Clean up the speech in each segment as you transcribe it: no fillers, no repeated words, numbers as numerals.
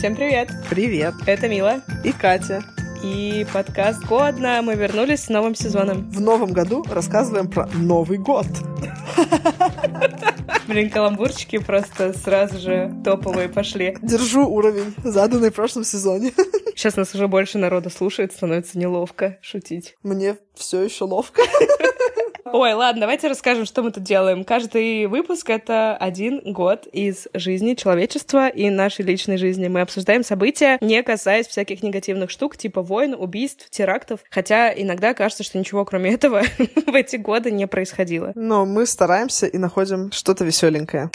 Всем привет! Привет! Это Мила И Катя. И подкаст «Годно». Мы вернулись с новым сезоном. В новом году рассказываем про Новый год. Блин, каламбурчики просто сразу же топовые пошли. Держу уровень, заданный в прошлом сезоне. Сейчас нас уже больше народа слушает, становится неловко шутить. Мне все еще ловко. Ой, ладно, давайте расскажем, что мы тут делаем. Каждый выпуск — это 1 год из жизни человечества и нашей личной жизни. Мы обсуждаем события, не касаясь всяких негативных штук, типа войн, убийств, терактов. Хотя иногда кажется, что ничего кроме этого в эти годы не происходило. Но мы стараемся и находим что-то веселенькое.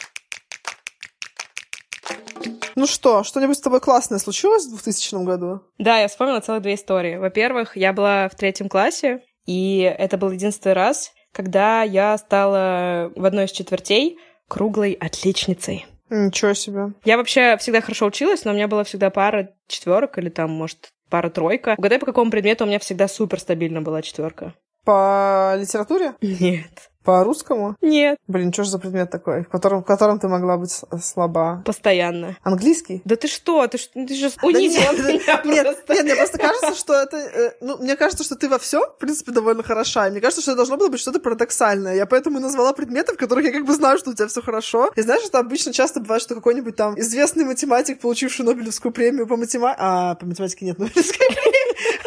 Ну что, что-нибудь с тобой классное случилось в 2000 году? Да, я вспомнила целых 2 истории. Во-первых, я была в 3 классе, и это был единственный раз, когда я стала в одной из четвертей круглой отличницей. Ничего себе. Я вообще всегда хорошо училась, но у меня была всегда пара четверок или там, может, пара тройка. Угадай, по какому предмету у меня всегда супер стабильно была 4. По литературе? Нет. По русскому? Нет. Блин, что же за предмет такой, в котором ты могла быть слаба? Постоянно. Английский? Да ты что? Ты сейчас унизила меня просто. Нет, мне просто кажется, что это... мне кажется, что ты во всем, в принципе, довольно хороша. И мне кажется, что это должно было быть что-то парадоксальное. Я поэтому и назвала предметы, в которых я как бы знаю, что у тебя все хорошо. И знаешь, что обычно часто бывает, что какой-нибудь там известный математик, получивший Нобелевскую премию по математике... по математике нет Нобелевской премии.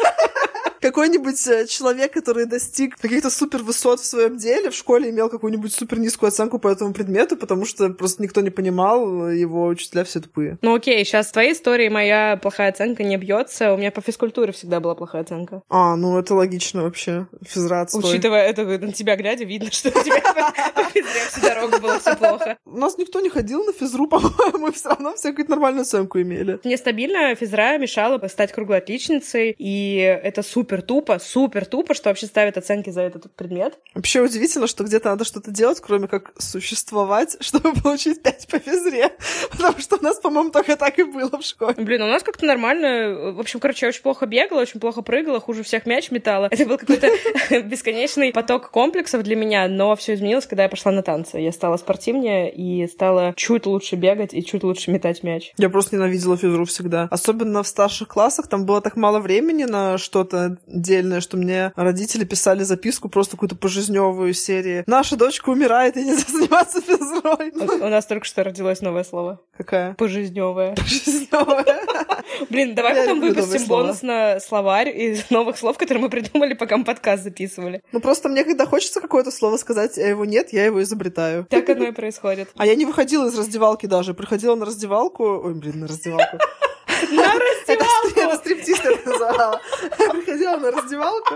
Какой-нибудь человек, который достиг каких-то супер высот в своем деле, в школе имел какую-нибудь супер низкую оценку по этому предмету, потому что просто никто не понимал, его учителя все тупые. Ну окей, сейчас в твоей истории моя плохая оценка не бьется. У меня по физкультуре всегда была плохая оценка. Ну это логично вообще. Физра отстой. Учитывая это, на тебя глядя, видно, что у тебя по физре всю дорогу было все плохо. У нас никто не ходил на физру, по-моему, мы все равно все какую-то нормальную оценку имели. Мне стабильно физра мешала стать круглой отличницей, и это супер тупо, что вообще ставят оценки за этот предмет. Вообще удивительно, что где-то надо что-то делать, кроме как существовать, чтобы получить 5 по физре. Потому что у нас, по-моему, только так и было в школе. Блин, у нас как-то нормально. В общем, короче, я очень плохо бегала, очень плохо прыгала, хуже всех мяч метала. Это был какой-то бесконечный поток комплексов для меня, но все изменилось, когда я пошла на танцы. Я стала спортивнее и стала чуть лучше бегать и чуть лучше метать мяч. Я просто ненавидела физру всегда. Особенно в старших классах, там было так мало времени на что-то дельное, что мне родители писали записку просто какую-то пожизнёвую серии. Наша дочка умирает, и нельзя заниматься физрой. У нас только что родилось новое слово. Какая? Пожизнёвая. Пожизнёвая. Блин, давай потом выпустим бонусно словарь из новых слов, которые мы придумали, пока мы подкаст записывали. Ну просто мне, когда хочется какое-то слово сказать, а его нет, я его изобретаю. Так оно и происходит. А я не выходила из раздевалки даже. Приходила на раздевалку... Ой, блин, на раздевалку. На раздевалку! Это стриптиз это называла. Приходила на раздевалку.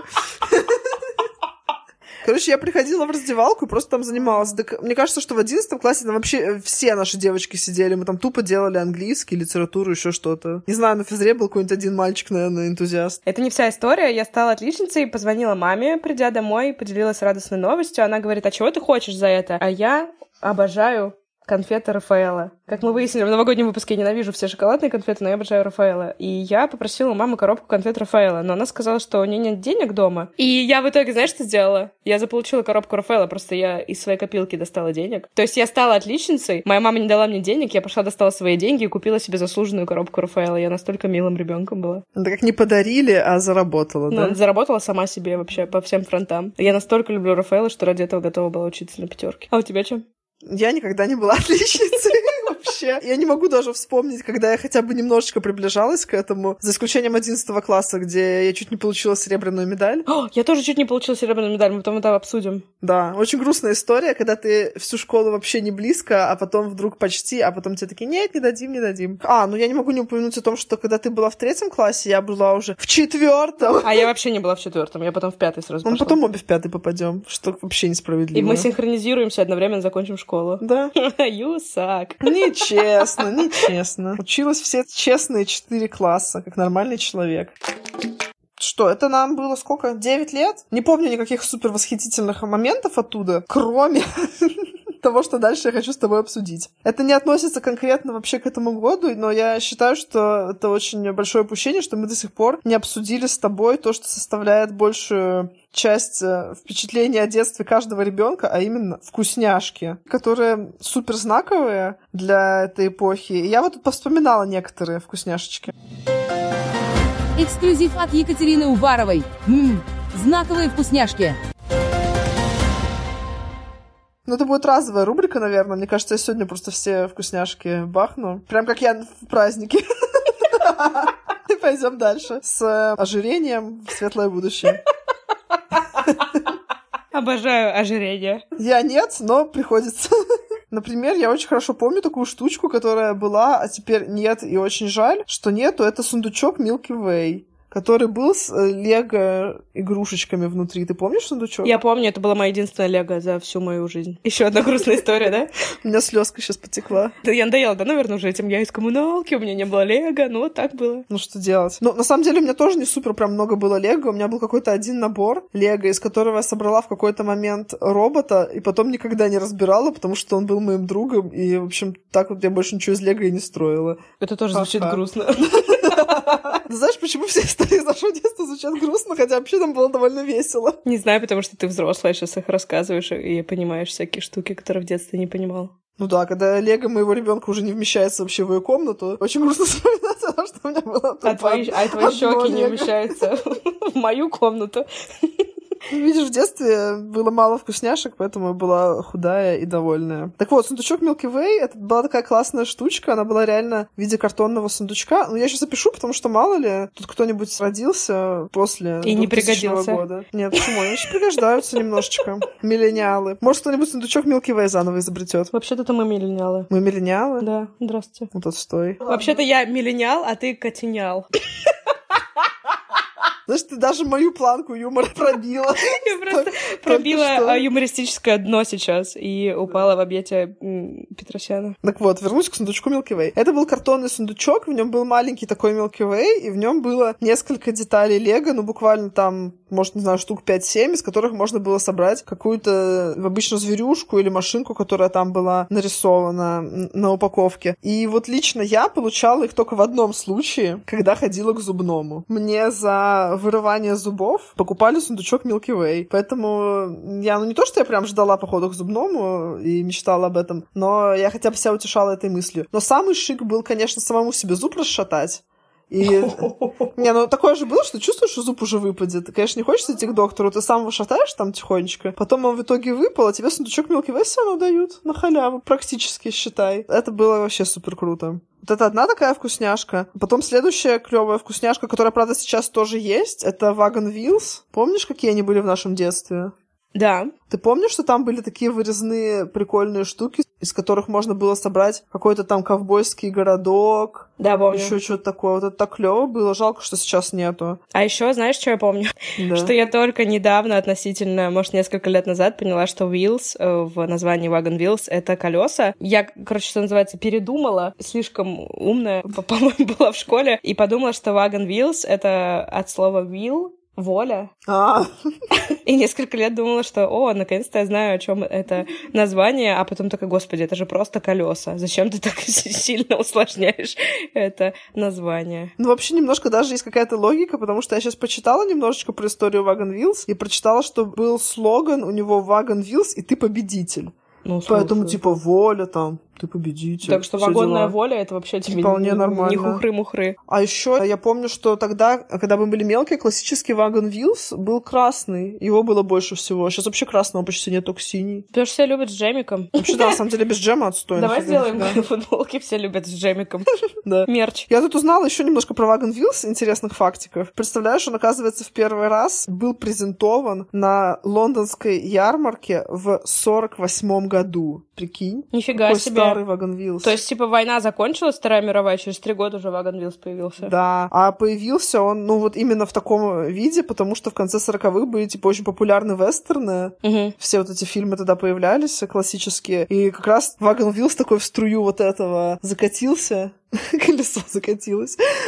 Короче, я приходила в раздевалку и просто там занималась. Мне кажется, что в 11 классе там вообще все наши девочки сидели. Мы там тупо делали английский, литературу, еще что-то. Не знаю, на физре был какой-нибудь один мальчик, наверное, энтузиаст. Это не вся история. Я стала отличницей, позвонила маме, придя домой, поделилась радостной новостью. Она говорит: а чего ты хочешь за это? А я обожаю конфеты Рафаэлло. Как мы выяснили в новогоднем выпуске, я ненавижу все шоколадные конфеты, но я обожаю Рафаэлло. И я попросила у мамы коробку конфет Рафаэлло, но она сказала, что у нее нет денег дома. И я в итоге, знаешь, что сделала? Я заполучила коробку Рафаэлло, просто я из своей копилки достала денег. То есть я стала отличницей, моя мама не дала мне денег, я пошла, достала свои деньги и купила себе заслуженную коробку Рафаэлло. Я настолько милым ребенком была. Это как не подарили, а заработала, да? Заработала сама себе вообще по всем фронтам. Я настолько люблю Рафаэлло, что ради этого готова была учиться на 5. А у тебя что? Я никогда не была отличницей вообще. Я не могу даже вспомнить, когда я хотя бы немножечко приближалась к этому, за исключением 11 класса, где я чуть не получила серебряную медаль. Я тоже чуть не получила серебряную медаль, мы потом это обсудим. Да, очень грустная история, когда ты всю школу вообще не близко, а потом вдруг почти, а потом тебе такие: нет, не дадим, не дадим. Я не могу не упомянуть о том, что когда ты была в 3 классе, я была уже в 4. А я вообще не была в 4, я потом в 5 сразу пошла. Потом обе в 5 попадем, что вообще несправедливо. И мы синхронизируемся, одновременно закончим школу. Да. You suck. Нечестно. Училась все честные 4 класса, как нормальный человек. Что, это нам было сколько? 9 лет? Не помню никаких супер восхитительных моментов оттуда, кроме того, что дальше я хочу с тобой обсудить. Это не относится конкретно вообще к этому году, но я считаю, что это очень большое упущение, что мы до сих пор не обсудили с тобой то, что составляет большую часть впечатления о детстве каждого ребенка, а именно вкусняшки, которые супер знаковые для этой эпохи. И я вот тут повспоминала некоторые вкусняшечки. Эксклюзив от Екатерины Уваровой. Знаковые вкусняшки. Ну, это будет разовая рубрика, наверное. Мне кажется, я сегодня просто все вкусняшки бахну. Прям как я в празднике. И пойдем дальше с ожирением в светлое будущее. Обожаю ожирение. Я нет, но приходится. Например, я очень хорошо помню такую штучку, которая была, а теперь нет, и очень жаль, что нету. Это сундучок Milky Way, который был с лего-игрушечками внутри. Ты помнишь сундучок? Я помню, это была моя единственная лего за всю мою жизнь. Еще одна грустная история, да? У меня слезка сейчас потекла. Да я надоела, да, наверное, уже этим. Я из коммуналки, у меня не было лего, ну вот так было. Ну что делать? Ну, на самом деле, у меня тоже не супер прям много было лего. У меня был какой-то один набор лего, из которого я собрала в какой-то момент робота, и потом никогда не разбирала, потому что он был моим другом, и, в общем, так вот я больше ничего из лего и не строила. Это тоже звучит грустно. Ты знаешь, почему все истории из нашего детства звучат грустно, хотя вообще там было довольно весело? Не знаю, потому что ты взрослая, сейчас их рассказываешь и понимаешь всякие штуки, которые в детстве не понимал. Ну да, когда лего моего ребенка уже не вмещается вообще в ее комнату, очень грустно вспоминать о том, что у меня было. А твои щеки не вмещаются в мою комнату. Видишь, в детстве было мало вкусняшек, поэтому я была худая и довольная. Так вот, сундучок Milky Way, это была такая классная штучка, она была реально в виде картонного сундучка. Ну, я сейчас запишу, потому что, мало ли, тут кто-нибудь родился после и не пригодился. Года. Нет, почему? Они еще пригождаются немножечко. Миллениалы. Может, кто-нибудь сундучок Milky Way заново изобретет? Вообще-то мы миллениалы. Мы миллениалы? Да, здравствуйте. Вот отстой. Вообще-то я миллениал, а ты котенял. Знаешь, ты даже мою планку юмора пробила. Я просто пробила юмористическое дно сейчас и упала в объятия Петросяна. Так вот, вернусь к сундучку Milky Way. Это был картонный сундучок, в нем был маленький такой Milky Way, и в нем было несколько деталей лего, ну, буквально там, может, не знаю, штук 5-7, из которых можно было собрать какую-то, обычно, зверюшку или машинку, которая там была нарисована на упаковке. И вот лично я получала их только в одном случае, когда ходила к зубному. Мне за вырывание зубов покупали сундучок Milky Way. Поэтому я, ну, не то, что я прям ждала походу к зубному и мечтала об этом, но я хотя бы себя утешала этой мыслью. Но самый шик был, конечно, самому себе зуб расшатать. И... Не, ну такое же было, что чувствуешь, что зуб уже выпадет. Конечно, не хочется идти к доктору, ты сам его шатаешь там тихонечко, потом он в итоге выпал, а тебе сундучок Milky Way все равно дают на халяву, практически, считай. Это было вообще супер круто. Вот это одна такая вкусняшка. Потом следующая клевая вкусняшка, которая, правда, сейчас тоже есть, это Wagon Wheels. Помнишь, какие они были в нашем детстве? Да. Ты помнишь, что там были такие вырезные прикольные штуки, из которых можно было собрать какой-то там ковбойский городок? Да, помню. Еще что-то такое. Вот это так клево было. Жалко, что сейчас нету. А еще знаешь, что я помню? Да. Что я только недавно, относительно, может, несколько лет назад, поняла, что Wheels в названии Wagon Wheels — это колеса. Я, короче, что называется, передумала. Слишком умная, по-моему, была в школе. И подумала, что Wagon Wheels — это от слова wheel, воля. И несколько лет думала, что, наконец-то я знаю, о чем это название, а потом такая, господи, это же просто колеса. Зачем ты так сильно усложняешь это название? Ну, вообще, немножко даже есть какая-то логика, потому что я сейчас почитала немножечко про историю Wagon Wheels и прочитала, что был слоган у него Wagon Wheels, и ты победитель. Ну, поэтому, типа, воля там, ты победитель. Так что вагонная воля — это вообще тебе вполне нормально. Не хухры-мухры. А еще я помню, что тогда, когда мы были мелкие, классический Wagon Wheels был красный. Его было больше всего. Сейчас вообще красного почти нет, только синий. Потому что все любят с джемиком. Вообще, да, на самом деле, без джема отстой. Давай сделаем футболки, все любят с джемиком. Да. Мерч. Я тут узнала еще немножко про Wagon Wheels, интересных фактиков. Представляешь, он, оказывается, в первый раз был презентован на лондонской ярмарке в 48-м году. Прикинь? Нифига какой себе. Старый Wagon Wheels. То есть, типа, война закончилась, Вторая мировая, через 3 года уже Wagon Wheels появился. Да, а появился он, ну, вот именно в таком виде, потому что в конце 40-х были, типа, очень популярны вестерны. Угу. Все вот эти фильмы тогда появлялись, классические. И как раз Wagon Wheels такой в струю вот этого закатился. Колесо закатилось.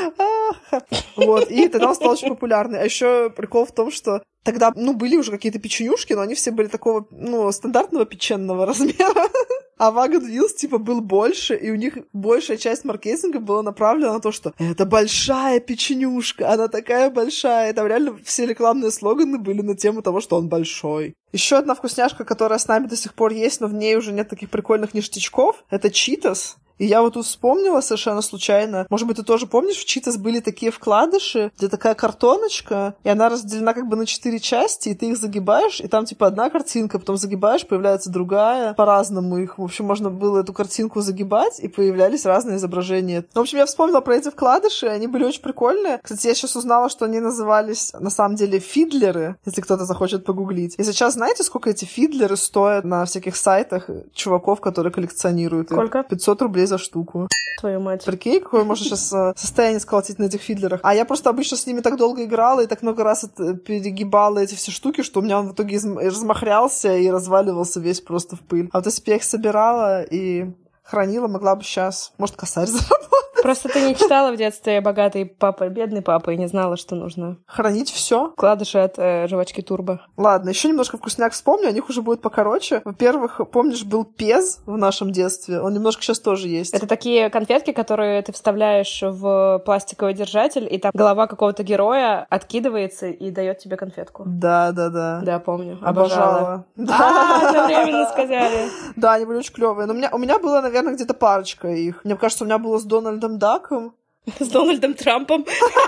Вот, и тогда он стал очень популярный. А еще прикол в том, что тогда, были уже какие-то печенюшки, но они все были такого, стандартного печенного размера. А Wagged Wheels, был больше, и у них большая часть маркетинга была направлена на то, что это большая печенюшка, она такая большая. И там реально все рекламные слоганы были на тему того, что он большой. Еще одна вкусняшка, которая с нами до сих пор есть, но в ней уже нет таких прикольных ништячков, это Cheetos. И я вот тут вспомнила совершенно случайно. Может быть, ты тоже помнишь, в Cheetos были такие вкладыши, где такая картоночка, и она разделена на 4 части, и ты их загибаешь, и там одна картинка, потом загибаешь, появляется другая. По-разному их. В общем, можно было эту картинку загибать, и появлялись разные изображения. В общем, я вспомнила про эти вкладыши, они были очень прикольные. Кстати, я сейчас узнала, что они назывались, на самом деле, фидлеры, если кто-то захочет погуглить. И сейчас знаете, сколько эти фидлеры стоят на всяких сайтах чуваков, которые коллекционируют их? Сколько? 500 рублей за штуку. Твою мать. Прикинь, какое можно сейчас состояние сколотить на этих фидлерах. А я просто обычно с ними так долго играла и так много раз перегибала эти все штуки, что у меня он в итоге размахрялся и разваливался весь просто в пыль. А вот если бы я их собирала и хранила, могла бы сейчас, может, косарь заработать. Просто ты не читала в детстве «Богатый папа, бедный папа» и не знала, что нужно. Хранить все. Вкладыши от жвачки Турбо. Ладно, еще немножко вкусняк вспомню, о них уже будет покороче. Во-первых, помнишь, был Пез в нашем детстве? Он немножко сейчас тоже есть. Это такие конфетки, которые ты вставляешь в пластиковый держатель, и там голова какого-то героя откидывается и дает тебе конфетку. Да. Да, помню. Обожала. Одновременно сказали. Да, они были очень клевые. Но у меня было, наверное, где-то парочка их. Мне кажется, у меня было с Дональдом Даком. С Дональдом Трампом.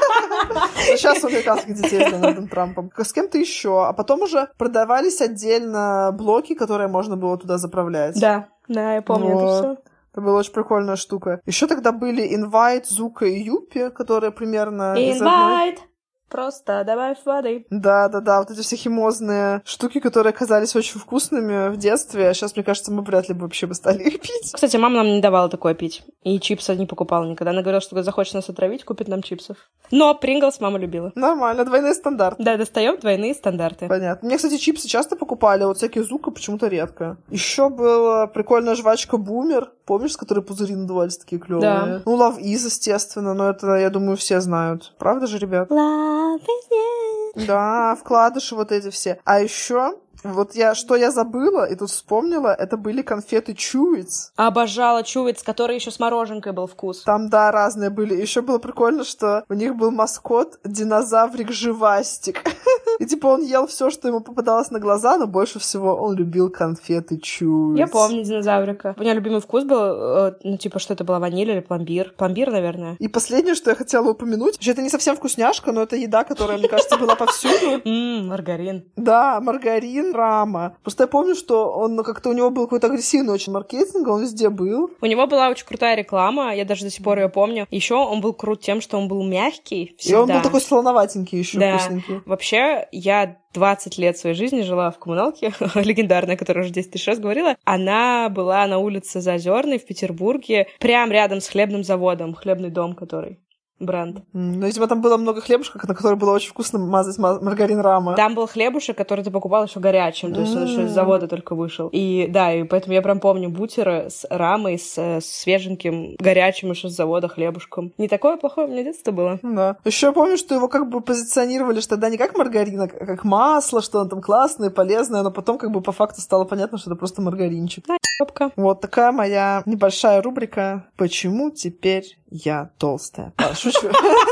Сейчас у американских детей с Дональдом Трампом. С кем-то еще. А потом уже продавались отдельно блоки, которые можно было туда заправлять. Да, я помню это все. Это была очень прикольная штука. Еще тогда были Invite, Зука и Юпи, которые примерно из одной... Просто добавь воды. Да, вот эти все химозные штуки, которые казались очень вкусными в детстве, а сейчас, мне кажется, мы вряд ли бы вообще стали их пить. Кстати, мама нам не давала такое пить. И чипсы не покупала никогда. Она говорила, что захочет нас отравить, купит нам чипсов. Но Принглс мама любила. Нормально, двойные стандарты. Да, достаем двойные стандарты. Понятно. Мне, кстати, чипсы часто покупали, а вот всякие Зука почему-то редко. Еще была прикольная жвачка Бумер. Помнишь, с которой пузыри надувались такие клевые? Да. Love Is, естественно, но это, я думаю, все знают. Правда же, ребят? Love is... Да, вкладыши вот эти все. А еще... Вот что я забыла и тут вспомнила, это были конфеты Чуиц. Обожала Чуиц, который еще с мороженкой был вкус. Там, да, разные были. Еще было прикольно, что у них был маскот динозаврик-живастик. И он ел все, что ему попадалось на глаза, но больше всего он любил конфеты Чуиц. Я помню динозаврика. У меня любимый вкус был, что это была ваниль или пломбир. Пломбир, наверное. И последнее, что я хотела упомянуть, это не совсем вкусняшка, но это еда, которая, мне кажется, была повсюду. Маргарин. Да, маргарин Рама. Просто я помню, что он как-то у него был какой-то агрессивный очень маркетинг, он везде был. У него была очень крутая реклама, я даже до сих пор ее помню. Еще он был крут тем, что он был мягкий всегда. И он был такой слоноватенький еще, да. Вкусненький. Вообще, я 20 лет своей жизни жила в коммуналке, легендарная, которая уже 10 тысяч раз говорила. Она была на улице Заозерной в Петербурге, прям рядом с хлебным заводом, хлебный дом, который... бренд. Ну, видимо, там было много хлебушек, на который было очень вкусно мазать маргарин Рама. Там был хлебушек, который ты покупал еще горячим, то есть он еще из завода только вышел. И да, и поэтому я прям помню бутеры с Рамой, с свеженьким, горячим еще с завода хлебушком. Не такое плохое у меня детство было. Да. Еще я помню, что его позиционировали, что тогда не как маргарин, а как масло, что он там классное, полезное, но потом по факту стало понятно, что это просто маргаринчик. Ёбка. Вот такая моя небольшая рубрика «Почему теперь я толстая?» Шучу.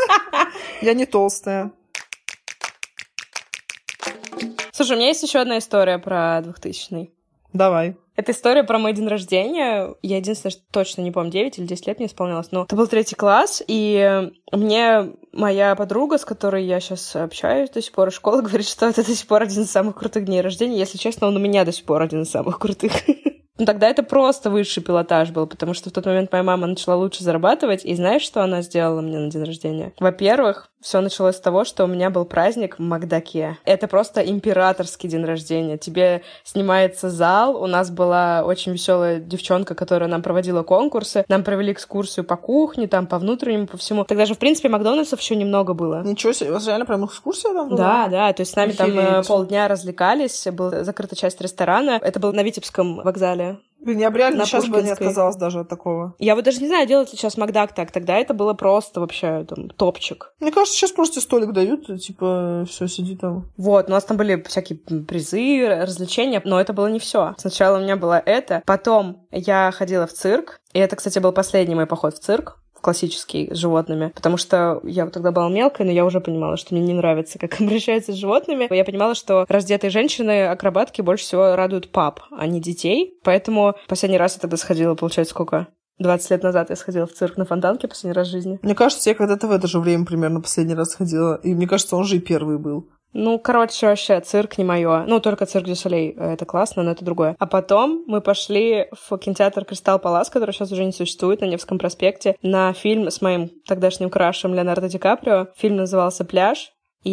Я не толстая. Слушай, у меня есть еще одна история про 2000-й. Давай. Это история про мой день рождения. Я единственное, что точно не помню, 9 или 10 лет мне исполнялось. Но это был 3 класс, и мне моя подруга, с которой я сейчас общаюсь до сих пор из школы, говорит, что это до сих пор один из самых крутых дней рождения. Если честно, он у меня до сих пор один из самых крутых. Но тогда это просто высший пилотаж был, потому что в тот момент моя мама начала лучше зарабатывать, и знаешь, что она сделала мне на день рождения? Во-первых, все началось с того, что у меня был праздник в Макдаке. Это просто императорский день рождения. Тебе снимается зал, у нас была очень веселая девчонка, которая нам проводила конкурсы, нам провели экскурсию по кухне, там, по внутреннему, по всему. Тогда же, в принципе, Макдональдсов еще немного было. Ничего себе, у вас реально прям экскурсия там была? Да, то есть с нами там полдня развлекались, была закрыта часть ресторана. Это было на Витебском вокзале. Блин, я бы реально На сейчас бы не Пушкинской. отказалась даже от такого. Я вот даже не знаю, делать ли сейчас Макдак так. Тогда это было просто вообще там топчик. Мне кажется, сейчас просто столик дают, и, типа, все сиди там. Вот, у нас там были всякие призы, развлечения, но это было не все. Сначала у меня было это, потом я ходила в цирк, и это, кстати, был последний мой поход в цирк, в классический, с животными, потому что я вот тогда была мелкой, но я уже понимала, что мне не нравится, как обращаются с животными. Я понимала, что раздетые женщины, акробатки больше всего радуют пап, а не детей, поэтому последний раз я тогда сходила, получается, сколько? 20 лет назад я сходила в цирк на Фонтанке последний раз в жизни. Мне кажется, я когда-то в это же время примерно последний раз ходила, и мне кажется, он же и первый был. Ну, короче, вообще, цирк не мое. Ну, только цирк дю Солей, это классно, но это другое. А потом мы пошли в кинотеатр Кристалл Палас, который сейчас уже не существует, на Невском проспекте, на фильм с моим тогдашним крашем Леонардо Ди Каприо. Фильм назывался «Пляж».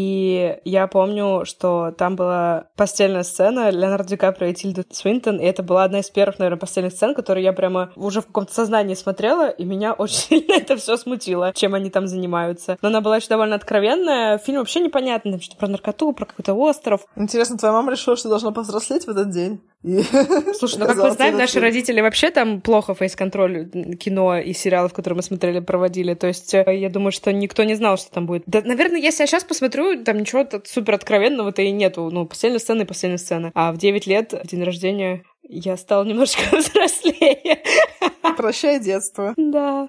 И я помню, что там была постельная сцена Леонардо Ди Каприо и Тильды Свинтон, и это была одна из первых, наверное, постельных сцен, которые я прямо уже в каком-то сознании смотрела, и меня очень сильно это все смутило, чем они там занимаются. Но она была еще довольно откровенная. Фильм вообще непонятный, там что-то про наркоту, про какой-то остров. Интересно, твоя мама решила, что должна повзрослеть в этот день? Слушай, ну как мы знаем, наши родители вообще там плохо фейс-контроль кино и сериалов, которые мы смотрели, проводили. То есть я думаю, что никто не знал, что там будет. Да, наверное, если я сейчас посмотрю, там ничего супер откровенного-то и нету. Ну, постельные сцены и постельные сцены. А в 9 лет, в день рождения, я стала немножко взрослее. Прощай детство. Да.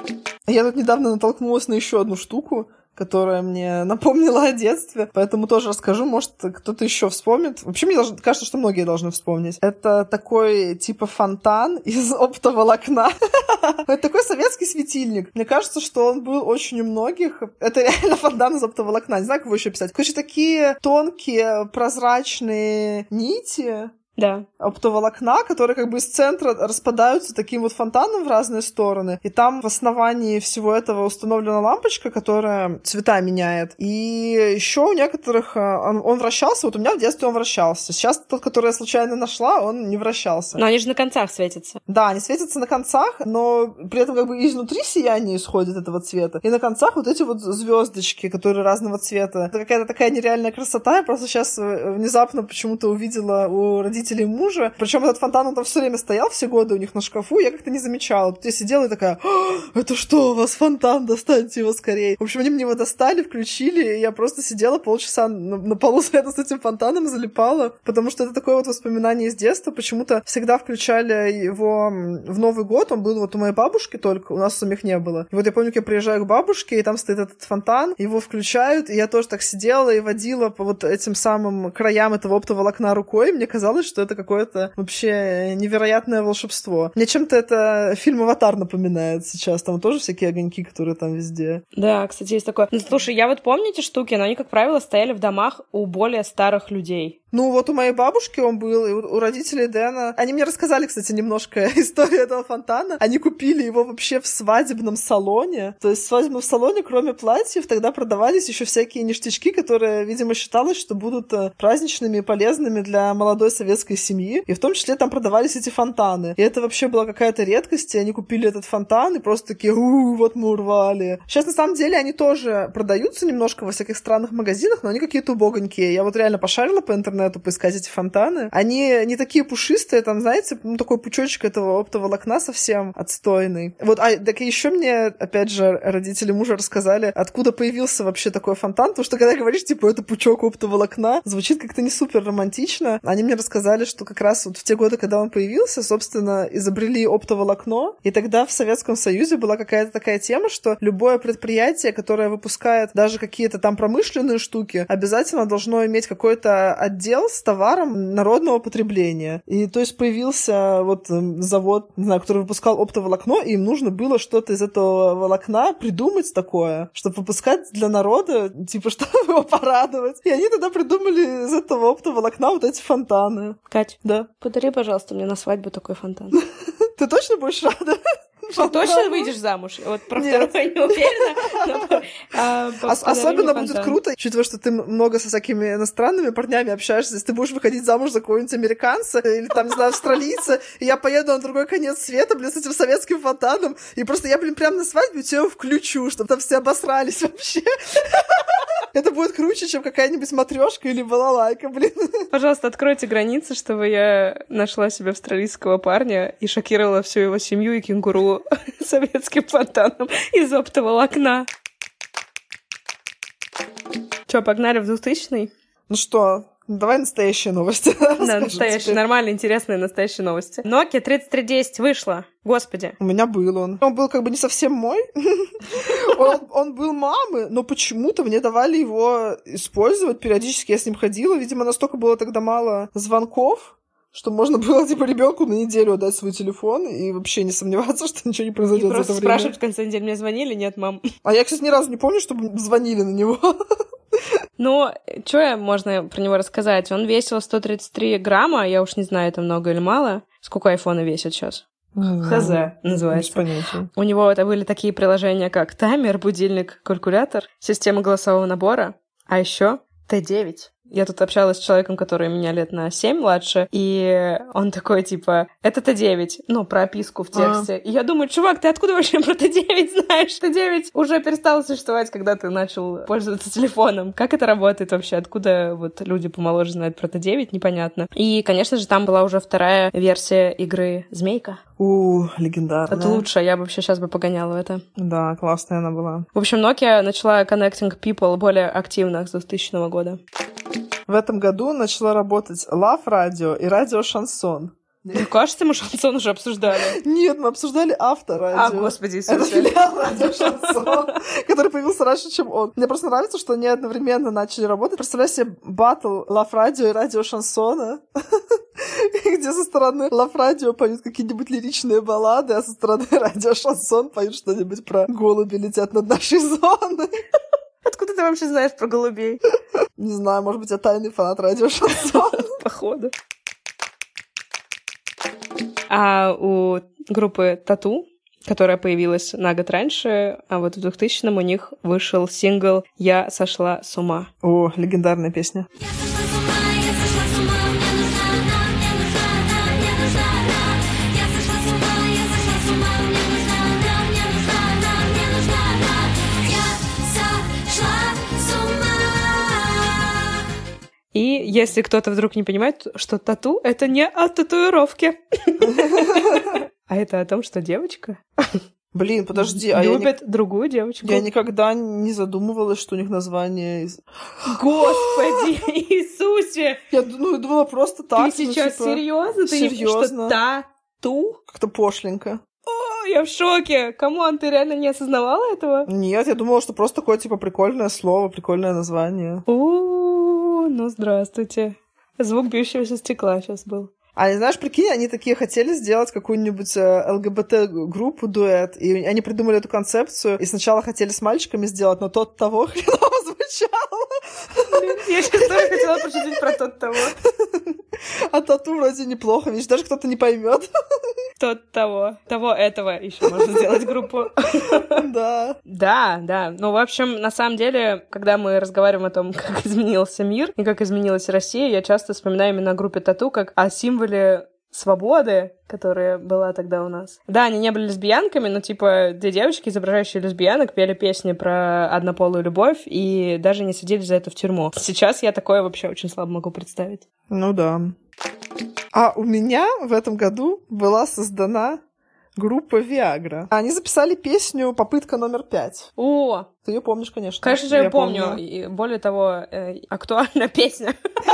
Я тут недавно натолкнулась на еще одну штуку, которая мне напомнила о детстве, поэтому тоже расскажу, может, кто-то еще вспомнит. Вообще, мне кажется, что многие должны вспомнить. Это такой, типа, фонтан из оптоволокна. Это такой советский светильник. Мне кажется, что он был очень у многих. Это реально фонтан из оптоволокна. Не знаю, как его еще писать. Короче, такие тонкие, прозрачные нити, Да. оптоволокна, которые как бы из центра распадаются таким вот фонтаном в разные стороны. И там в основании всего этого установлена лампочка, которая цвета меняет. И еще у некоторых он вращался. Вот у меня в детстве он вращался. Сейчас тот, который я случайно нашла, он не вращался. Но они же на концах светятся. Да, они светятся на концах, но при этом как бы изнутри сияние исходит этого цвета. И на концах вот эти вот звездочки, которые разного цвета. Это какая-то такая нереальная красота. Я просто сейчас внезапно почему-то увидела у родителей мужа. Причем этот фонтан, он там все время стоял, все годы у них на шкафу, я как-то не замечала. Тут я сидела и такая: это что, у вас фонтан? Достаньте его скорее. В общем, они мне его достали, включили, и я просто сидела полчаса на полу рядом с этим фонтаном, залипала, потому что это такое вот воспоминание из детства. Почему-то всегда включали его в Новый год, он был вот у моей бабушки только, у нас самих не было. И вот я помню, как я приезжаю к бабушке, и там стоит этот фонтан, его включают, и я тоже так сидела и водила по вот этим самым краям этого оптоволокна рукой, мне казалось, что это какое-то вообще невероятное волшебство. Мне чем-то это фильм «Аватар» напоминает сейчас. Там тоже всякие огоньки, которые там везде. Да, кстати, есть такое. Ну, слушай, я вот помню эти штуки, но они, как правило, стояли в домах у более старых людей. Ну, вот у моей бабушки он был, и у родителей Дэна. Они мне рассказали, кстати, немножко историю этого фонтана. Они купили его вообще в свадебном салоне. То есть в свадебном салоне, кроме платьев, тогда продавались еще всякие ништячки, которые, видимо, считалось, что будут праздничными и полезными для молодой советской семьи. И в том числе там продавались эти фонтаны. И это вообще была какая-то редкость, и они купили этот фонтан и просто такие: вот мы урвали. Сейчас, на самом деле, они тоже продаются немножко во всяких странных магазинах, но они какие-то убогонькие. Я вот реально пошарила по интернету поискать эти фонтаны. Они не такие пушистые, там, знаете, ну, такой пучочек этого оптоволокна совсем отстойный. Вот, так и еще мне, опять же, родители мужа рассказали, откуда появился вообще такой фонтан, потому что, когда говоришь, типа, это пучок оптоволокна, звучит как-то не супер романтично. Они мне рассказали, что как раз вот в те годы, когда он появился, собственно, изобрели оптоволокно, и тогда в Советском Союзе была какая-то такая тема, что любое предприятие, которое выпускает даже какие-то там промышленные штуки, обязательно должно иметь какой-то отдел с товаром народного потребления. И то есть появился вот завод, не знаю, который выпускал оптоволокно, и им нужно было что-то из этого волокна придумать такое, чтобы выпускать для народа, типа, чтобы его порадовать. И они тогда придумали из этого оптоволокна вот эти фонтаны. Кать, да, подари, пожалуйста, мне на свадьбу такой фонтан. Ты точно будешь рада? Ты точно выйдешь замуж? Вот про второе не уверена. Особенно будет круто, учитывая, что ты много со всякими иностранными парнями общаешься, если ты будешь выходить замуж за какого-нибудь американца или там, не знаю, австралийца, и я поеду на другой конец света, блин, с этим советским фонтаном, и просто я, блин, прямо на свадьбе тебя включу, чтобы там все обосрались вообще. Это будет круче, чем какая-нибудь матрешка или балалайка, блин. Пожалуйста, откройте границы, чтобы я нашла себе австралийского парня и шокировала всю его семью и кенгуру советским фонтаном из оптового окна. Чё, погнали в 2000-й? Ну что, давай настоящие новости. Да, настоящие, нормальные, интересные настоящие новости. Nokia 3310 вышла. Господи. У меня был он. Он был как бы не совсем мой. Он был мамы, но почему-то мне давали его использовать. Периодически я с ним ходила. Видимо, настолько было тогда мало звонков, что можно было, типа, ребенку на неделю отдать свой телефон и вообще не сомневаться, что ничего не произойдет за это время. Спрашивать в конце недели, мне звонили? Нет, мам. А я, кстати, ни разу не помню, чтобы звонили на него. Ну, что можно про него рассказать? Он весил 133 грамма, я уж не знаю, это много или мало. Сколько айфоны весят сейчас? ХЗ называется. Без понятия. У него это были такие приложения, как таймер, будильник, калькулятор, система голосового набора, а еще Т9. Я тут общалась с человеком, который меня лет на 7 младше, и он такой, типа, это Т9, ну, про описку в тексте. И я думаю, чувак, ты откуда вообще про Т9 знаешь? Т9 уже перестал существовать, когда ты начал пользоваться телефоном. Как это работает вообще? Откуда вот люди помоложе знают про Т9? Непонятно. И, конечно же, там была уже вторая версия игры «Змейка». Легендарная. Это лучше, я бы вообще сейчас бы погоняла в это. Да, классная она была. В общем, Nokia начала connecting people более активно с 2000 года. В этом году начала работать Love Radio и радио Шансон. Мне кажется, мы Шансон уже обсуждали. Нет, мы обсуждали Авторадио. А, господи Иисусе. Это филиал радио Шансон, который появился раньше, чем он. Мне просто нравится, что они одновременно начали работать. Представляю себе баттл Love Radio и радио Шансона, где со стороны Love Radio поют какие-нибудь лиричные баллады, а со стороны радио Шансон поют что-нибудь про голуби летят над нашей зоной. Откуда ты вообще знаешь про голубей? Не знаю, может быть, я тайный фанат радио Шансон. Походу. А у группы Тату, которая появилась на год раньше, а вот в 2000-м у них вышел сингл «Я сошла с ума». О, легендарная песня. И если кто-то вдруг не понимает, что тату — это не о татуировке. А это о том, что девочка Блин, подожди, любит другую девочку. Я никогда не задумывалась, что у них название... Господи Иисусе! Я думала просто так. Ты сейчас серьезно? Ты серьезно? Тату? Как-то пошленько. О, я в шоке! Камон, ты реально не осознавала этого? Нет, я думала, что просто такое, типа, прикольное слово, прикольное название. Ну здравствуйте. Звук бьющегося стекла сейчас был. А знаешь, прикинь, они такие хотели сделать какую-нибудь ЛГБТ-группу, дуэт, и они придумали эту концепцию, и сначала хотели с мальчиками сделать, но тот того хреново звучало. Я сейчас тоже хотела пошутить про тот того. А тату вроде неплохо, видишь, даже кто-то не поймет. Тот того. Того этого еще можно сделать группу. Да. Да. Ну, в общем, на самом деле, когда мы разговариваем о том, как изменился мир и как изменилась Россия, я часто вспоминаю именно о группе Тату как о символе свободы, которая была тогда у нас. Да, они не были лесбиянками, но, типа, две девочки, изображающие лесбиянок, пели песни про однополую любовь и даже не садились за это в тюрьму. Сейчас я такое вообще очень слабо могу представить. Ну да. А у меня в этом году была создана группа Viagra. Они записали песню «Попытка номер 5». О! Ты ее помнишь, конечно. Конечно же, я помню. И более того, актуальная песня.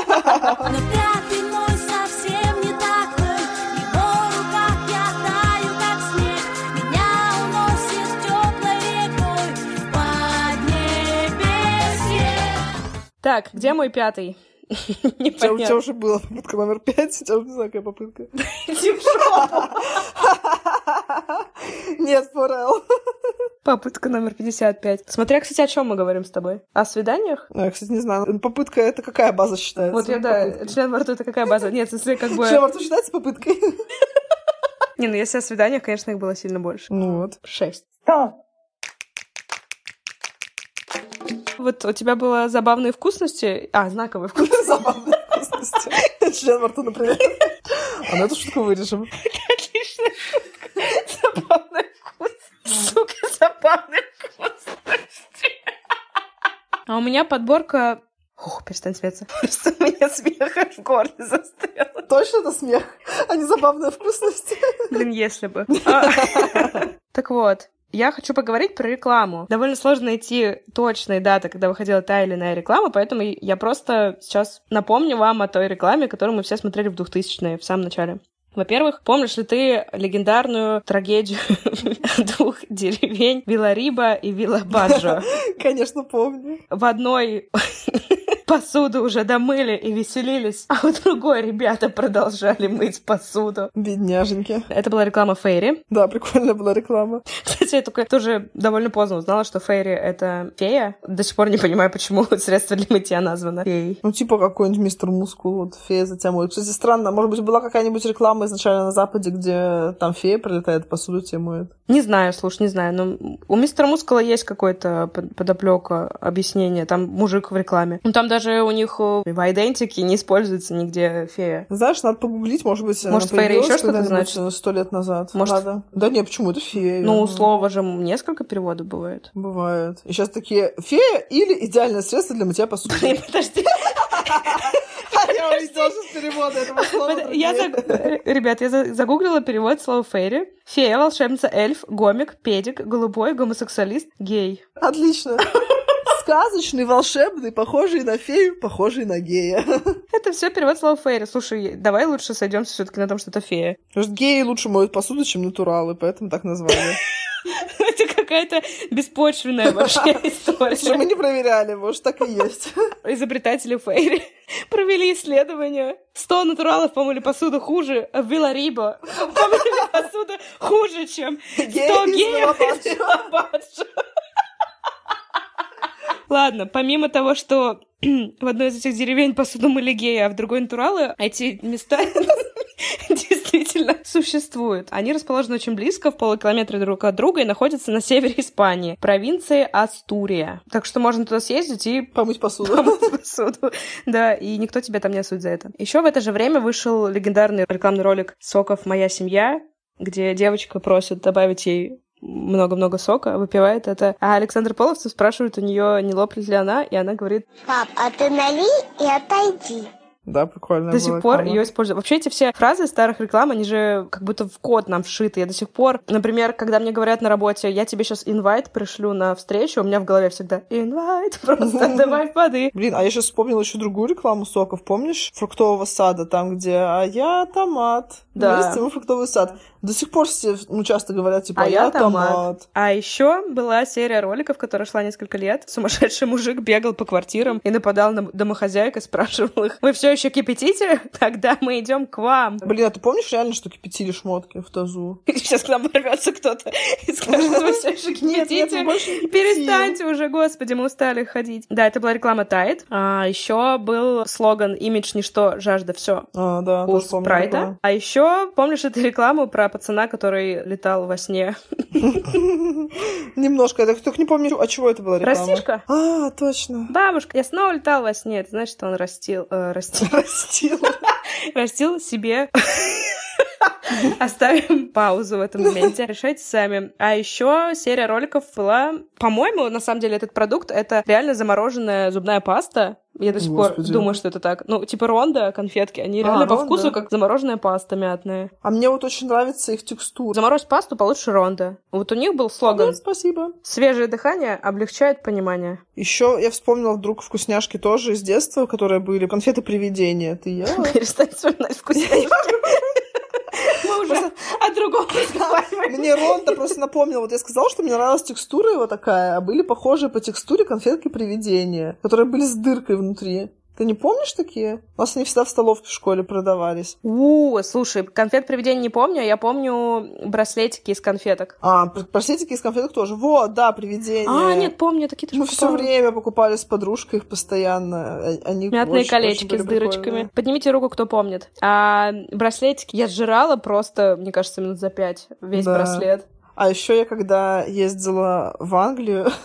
Так, где мой пятый? У тебя уже была попытка номер 5, у тебя уже не знаю, какая попытка. Нет, Форел. Попытка номер 55. Смотря, кстати, о чем мы говорим с тобой? О свиданиях? Я, кстати, не знаю. Попытка — это какая база считается? Вот член во рту — это какая база? Нет, если как бы... Член во рту считается попыткой? Не, ну если о свиданиях, конечно, их было сильно больше. Ну вот. 6. Вот у тебя было забавные вкусности. Знаковые вкусности. Забавные вкусности. Член во рту, например. А на эту шутку вырежем. Отличная шутка. Забавный вкус. Сука, забавный вкус. А у меня подборка... Ух, перестань смеяться. Просто у меня смех аж в горле застрял. Точно это смех, а не забавная вкусность? Блин, если бы. Так вот, я хочу поговорить про рекламу. Довольно сложно найти точные даты, когда выходила та или иная реклама, поэтому я просто сейчас напомню вам о той рекламе, которую мы все смотрели в 2000-е, в самом начале. Во-первых, помнишь ли ты легендарную трагедию двух деревень Вилариба и Вилабаджо? Конечно, помню. В одной посуду уже домыли и веселились, а в другой ребята продолжали мыть посуду. Бедняженьки. Это была реклама Фейри. Да, прикольная была реклама. Кстати, я только тоже довольно поздно узнала, что Фейри — это фея. До сих пор не понимаю, почему средство для мытья названо феей. Ну, типа какой-нибудь мистер Мускул, вот фея за тебя моет. Кстати, странно, может быть, была какая-нибудь реклама изначально на Западе, где там фея прилетает, посуду тебе моет? Не знаю, слушай, не знаю, но у мистера Мускула есть какое-то подоплёка, объяснение, там мужик в рекламе. Ну, там даже у них в идентике не используется нигде фея. Знаешь, надо погуглить, может быть, Фейри еще что-то значит? 100 лет назад. Может... Надо. Да не, почему? Это фея. Ну, слово же несколько переводов бывает. Бывает. И сейчас такие, фея или идеальное средство для мытья посуды? Блин, подожди. Я увидела сейчас переводы этого слова. Ребят, я загуглила перевод слова фейри. Фея, волшебница, эльф, гомик, педик, голубой, гомосексуалист, гей. Отлично. Сказочный, волшебный, похожий на фею, похожий на гея. Это все перевод слова фейри. Слушай, давай лучше сойдемся все-таки на том, что это фея. Потому что геи лучше моют посуду, чем натуралы, поэтому так назвали. Это какая-то беспочвенная вообще история. Слушай, мы не проверяли, может, так и есть. Изобретатели фейри провели исследование. 100 натуралов помыли посуду хуже, а в Виларибо помыли посуду хуже, чем 100 геев из Вилабаджо. Ладно, помимо того, что в одной из этих деревень посуду мыли геи, а в другой натуралы, эти места действительно существуют. Они расположены очень близко, в полукилометре друг от друга, и находятся на севере Испании, провинции Астурия. Так что можно туда съездить и помыть посуду. Да, и никто тебя там не осудит за это. Еще в это же время вышел легендарный рекламный ролик «Соков. Моя семья», где девочка просит добавить ей много-много сока, выпивает это. А Александр Половцев спрашивает у нее, не лоплет ли она, и она говорит: «Пап, а ты налей и отойди». Да, прикольно. До сих пор ее используют. Вообще эти все фразы старых реклам, они же как будто в код нам вшиты. Я до сих пор, например, когда мне говорят на работе, я тебе сейчас инвайт пришлю на встречу, у меня в голове всегда инвайт, просто добавь воды. Блин, а я сейчас вспомнила еще другую рекламу соков. Помнишь? Фруктового сада, там, где «А я томат». Да. Вместе мы фруктовый сад. До сих пор все часто говорят, типа, «А я томат». А еще была серия роликов, которая шла несколько лет. Сумасшедший мужик бегал по квартирам и нападал на домохозяек и спрашивал их: «Вы все еще кипятите? Тогда мы идем к вам». Блин, а ты помнишь реально, что кипятили шмотки в тазу? Сейчас к нам ворвется кто-то и скажет: «Вы все еще кипятите? Перестаньте уже, господи, мы устали ходить». Да, это была реклама Tide. А еще был слоган «Имидж ничто, жажда все». Да, у Спрайта. А еще помнишь эту рекламу про пацана, который летал во сне? Немножко. Я только не помню, от чего это была реклама. Растишка? А, точно. Бабушка, я снова летал во сне. Это значит, что он растил себе. Оставим паузу в этом моменте. Решайте сами. А еще серия роликов была... По-моему, на самом деле, этот продукт — это реально замороженная зубная паста. Я до сих пор думаю, что это так. Ну, типа Ронда, конфетки, они реально по вкусу как замороженная паста мятная. А мне вот очень нравится их текстура. Заморозь пасту, получишь Ронда. Вот у них был слоган. Нет, спасибо. Свежее дыхание облегчает понимание. Еще я вспомнила вдруг вкусняшки тоже из детства, которые были. Конфеты-привидения. Ты ела? Перестань вспоминать вкусняшки. Мы уже о другом разговариваем. Мне Ронда просто напомнила. Вот я сказала, что мне нравилась текстура его такая, а были похожие по текстуре конфетки-привидения, которые были с дыркой внутри. Ты не помнишь такие? У нас они всегда в столовке в школе продавались. Слушай, конфет-привидений не помню, я помню браслетики из конфеток. Браслетики из конфеток тоже. Вот, да, привидения. Нет, помню, такие тоже. Мы все время покупали с подружкой их постоянно. Они мятные колечки с дырочками. Прикольные. Поднимите руку, кто помнит. А браслетики я сжирала просто, мне кажется, минут за 5 весь браслет. А еще я, когда ездила в Англию,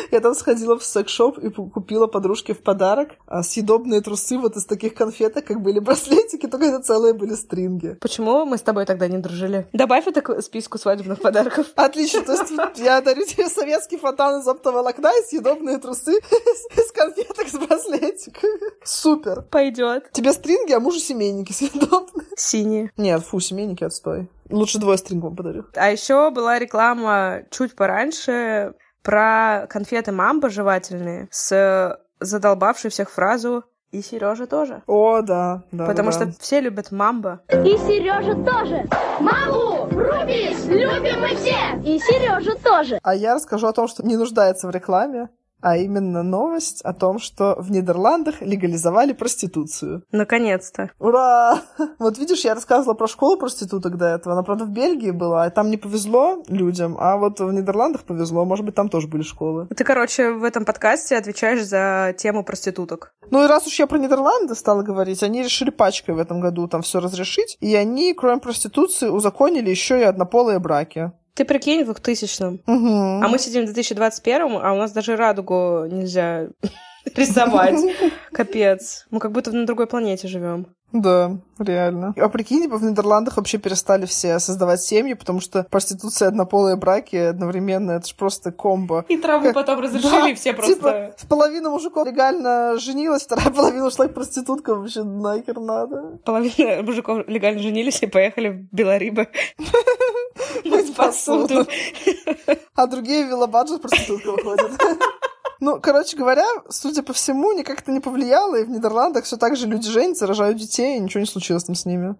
Я там сходила в секс-шоп и купила подружке в подарок съедобные трусы вот из таких конфеток, как были браслетики, только это целые были стринги. Почему мы с тобой тогда не дружили? Добавь это к списку свадебных подарков. Отлично, то есть я дарю тебе советский фонтан из оптоволокна и съедобные трусы из конфеток с браслетиками. Супер. Пойдет. Тебе стринги, а мужу семейники съедобные. Синие. Нет, фу, семейники отстой. Лучше 2 стрингов подарю. А еще была реклама чуть пораньше про конфеты «Мамба» жевательные с задолбавшей всех фразу «И Сережа тоже». О, да. Потому что все любят «Мамба». И Сережа тоже. Маму, Рубис, любим мы все. И Сережа тоже. А я расскажу о том, что не нуждается в рекламе, а именно новость о том, что в Нидерландах легализовали проституцию. Наконец-то. Ура! Вот видишь, я рассказывала про школу проституток до этого. Она, правда, в Бельгии была, и там не повезло людям, а вот в Нидерландах повезло. Может быть, там тоже были школы. Ты, короче, в этом подкасте отвечаешь за тему проституток. Ну и раз уж я про Нидерланды стала говорить, они решили пачкой в этом году там все разрешить, и они, кроме проституции, узаконили еще и однополые браки. Ты прикинь, в 2000-м. Угу. А мы сидим в 2021-м, а у нас даже радугу нельзя рисовать. Капец. Мы как будто на другой планете живем. Да, реально. А прикинь, в Нидерландах вообще перестали все создавать семьи, потому что проституция и однополые браки одновременно, это же просто комбо. И траву потом разрешили, все просто... Типа, половина мужиков легально женилась, вторая половина ушла к проституткам, вообще нахер надо. Половина мужиков легально женились и поехали в Белорибы мыть посуду. А другие в велобаджет проституткам ходят. Ну, короче говоря, судя по всему, никак это не повлияло, и в Нидерландах все так же люди женятся, рожают детей, и ничего не случилось там с ними.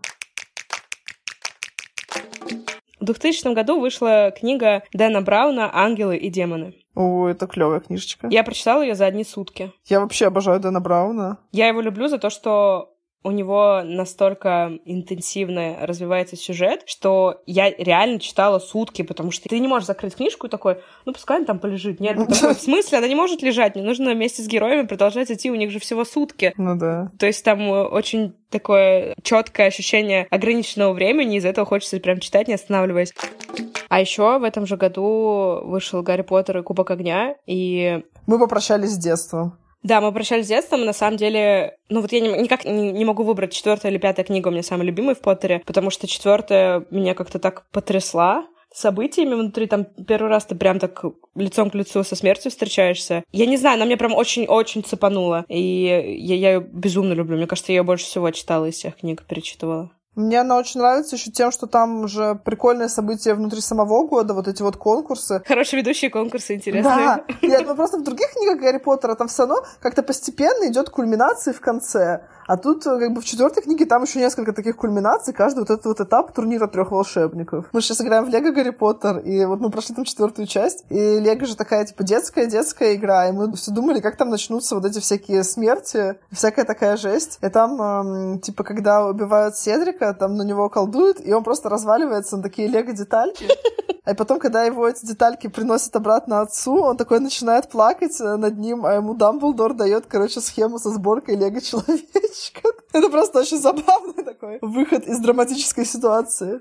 В 2000 году вышла книга Дэна Брауна «Ангелы и демоны». О, это клевая книжечка. Я прочитала ее за одни сутки. Я вообще обожаю Дэна Брауна. Я его люблю за то, что у него настолько интенсивно развивается сюжет, что я реально читала сутки, потому что ты не можешь закрыть книжку и такой, ну, пускай она там полежит. Нет, такой, в смысле? Она не может лежать. Мне нужно вместе с героями продолжать идти, у них же всего сутки. Ну да. То есть там очень такое четкое ощущение ограниченного времени, из-за этого хочется прям читать, не останавливаясь. А еще в этом же году вышел «Гарри Поттер и Кубок огня», и... Мы попрощались с детством. Да, мы прощались с детством, и на самом деле... Ну вот я никак не могу выбрать 4-я или 5-я книга у меня самая любимая в Поттере, потому что 4-я меня как-то так потрясла событиями внутри. Там первый раз ты прям так лицом к лицу со смертью встречаешься. Я не знаю, она меня прям очень-очень цепанула, и я ее безумно люблю. Мне кажется, я ее больше всего читала из всех книг, перечитывала. Мне она очень нравится еще тем, что там уже прикольные события внутри самого года, вот эти вот конкурсы. Хорошие ведущие конкурсы, интересные. Да, нет, ну просто в других книгах Гарри Поттера там все равно как-то постепенно идет кульминация в конце. А тут, как бы, в 4-й книге там еще несколько таких кульминаций, каждый вот этот вот этап турнира 3 волшебников. Мы сейчас играем в Лего Гарри Поттер, и вот мы прошли там 4-ю часть, и Лего же такая, типа, детская игра, и мы все думали, как там начнутся вот эти всякие смерти, всякая такая жесть. И там, типа, когда убивают Седрика, там на него колдуют, и он просто разваливается на такие Лего-детальки. А потом, когда его эти детальки приносят обратно отцу, он такой начинает плакать над ним, а ему Дамблдор дает, короче, схему со сборкой Лего-человечка. Это просто очень забавный такой выход из драматической ситуации.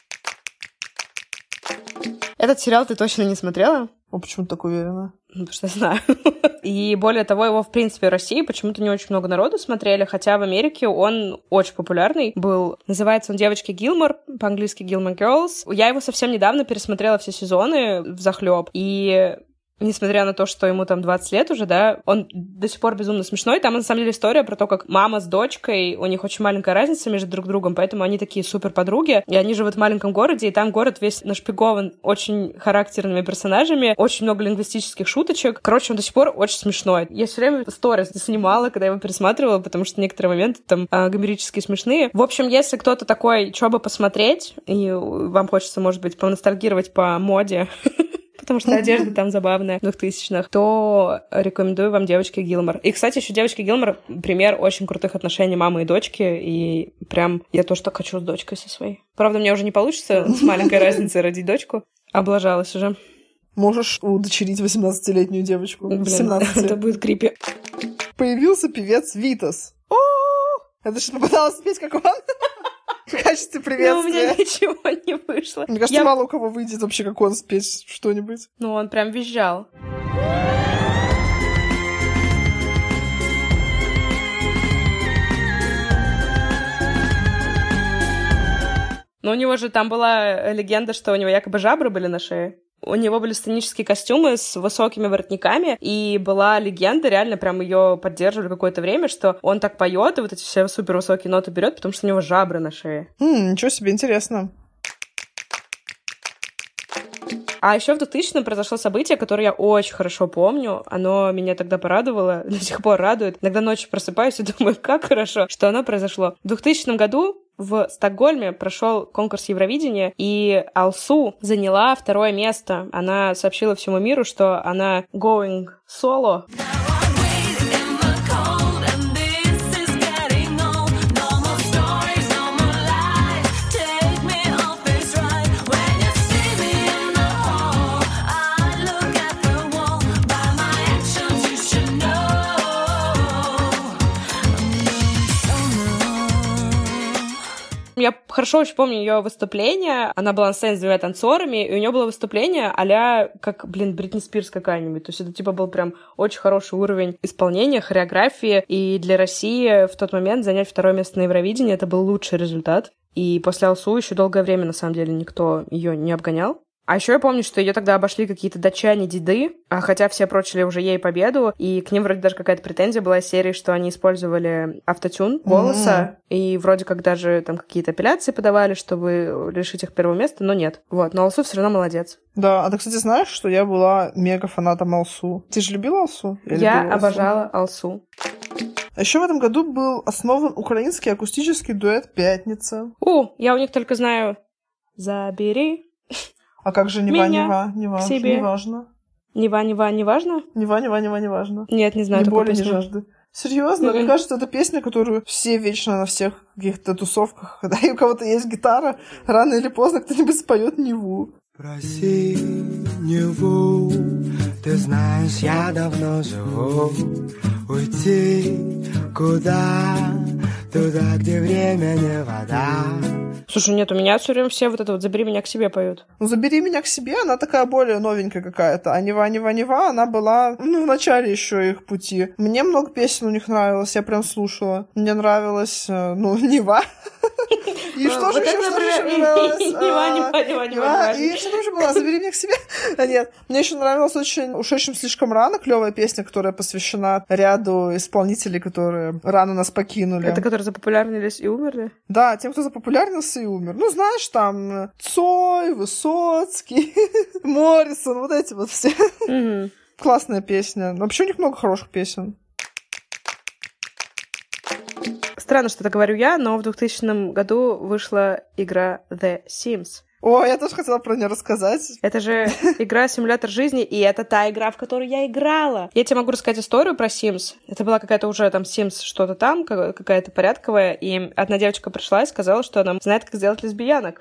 Этот сериал ты точно не смотрела? О, почему ты так уверена? Ну, потому что я знаю. И более того, его, в принципе, в России почему-то не очень много народу смотрели, хотя в Америке он очень популярный был. Называется он «Девочки Гилмор», по-английски «Gilmore Girls». Я его совсем недавно пересмотрела все сезоны взахлёб, и... Несмотря на то, что ему там 20 лет уже, да, он до сих пор безумно смешной. Там, на самом деле, история про то, как мама с дочкой, у них очень маленькая разница между друг другом, поэтому они такие супер подруги, и они живут в маленьком городе, и там город весь нашпигован очень характерными персонажами, очень много лингвистических шуточек. Короче, он до сих пор очень смешной. Я все время сторис снимала, когда его пересматривала, потому что некоторые моменты там гомерически смешные. В общем, если кто-то такой, что бы посмотреть, и вам хочется, может быть, поностальгировать по моде, потому что одежда там забавная в 2000-х, то рекомендую вам «Девочки Гилмор». И, кстати, еще «Девочки Гилмор» — пример очень крутых отношений мамы и дочки, и прям я тоже так хочу с дочкой со своей. Правда, мне уже не получится с маленькой разницей родить дочку. Облажалась уже. Можешь удочерить 18-летнюю девочку. Блин, 17. это будет крипи. Появился певец Витас. Это что, попыталась спеть, как он? В качестве приветствия. Ну, у меня ничего не вышло. Мне кажется, мало у кого выйдет вообще, как он спеть что-нибудь. Ну, он прям визжал. Но у него же там была легенда, что у него якобы жабры были на шее. У него были сценические костюмы с высокими воротниками, и была легенда, реально прям ее поддерживали какое-то время, что он так поет и вот эти все супервысокие ноты берет, потому что у него жабры на шее. Ничего себе, интересно. А еще в 2000-м произошло событие, которое я очень хорошо помню. Оно меня тогда порадовало, до сих пор радует. Иногда ночью просыпаюсь и думаю, как хорошо, что оно произошло. В 2000 году в Стокгольме прошел конкурс Евровидения, и Алсу заняла 2 место. Она сообщила всему миру, что она going solo. Я хорошо очень помню ее выступление. Она была на сцене с 2 танцорами, и у нее было выступление а-ля, как, Бритни Спирс какая-нибудь. То есть это, типа, был прям очень хороший уровень исполнения, хореографии. И для России в тот момент занять 2 место на Евровидении — это был лучший результат. И после Алсу еще долгое время, на самом деле, никто ее не обгонял. А еще я помню, что ее тогда обошли какие-то датчане-деды, хотя все прочили уже ей победу, и к ним вроде даже какая-то претензия была из серии, что они использовали автотюн голоса, и вроде как даже там какие-то апелляции подавали, чтобы лишить их 1 места, но нет. Вот, но Алсу все равно молодец. Да, а ты, кстати, знаешь, что я была мега фанатом Алсу? Ты же любила Алсу? Я обожала Алсу. А еще в этом году был основан украинский акустический дуэт «Пятница». Я у них только знаю «Забери». А как же Нева, не важно. Нева, не важно? Нева, не важно. Нет, не знаю ни такую боли, песню. ни жажды. Серьезно? Мне кажется, это песня, которую все вечно на всех каких-то тусовках, когда у кого-то есть гитара, рано или поздно кто-нибудь споет Неву. Проси Неву, ты знаешь, я давно живу. Уйти куда? Туда, где время не вода. Слушай, нет, у меня все время все вот это вот «Забери меня к себе» поют. «Забери меня к себе», она такая более новенькая какая-то. А «Нева, она была, в начале еще их пути. Мне много песен у них нравилось, я прям слушала. Мне нравилась, «Нева». И что же еще нравилось? Нева. И что тоже было? «Забери меня к себе». Нет, мне еще нравилась очень «Ушедшим слишком рано», клевая песня, которая посвящена ряду исполнителей, которые рано нас покинули. Это которые запопулярнились и умерли? Да, тем, кто запопулярнился и умер. Знаешь, там Цой, Высоцкий, Моррисон, вот эти вот все. Классная песня. Вообще у них много хороших песен. Странно, что это говорю я, но в 2000 году вышла игра The Sims. О, я тоже хотела про нее рассказать. Это же игра-симулятор жизни, и это та игра, в которую я играла. Я тебе могу рассказать историю про Sims. Это была какая-то уже там Sims что-то там, какая-то порядковая, и одна девочка пришла и сказала, что она знает, как сделать лесбиянок.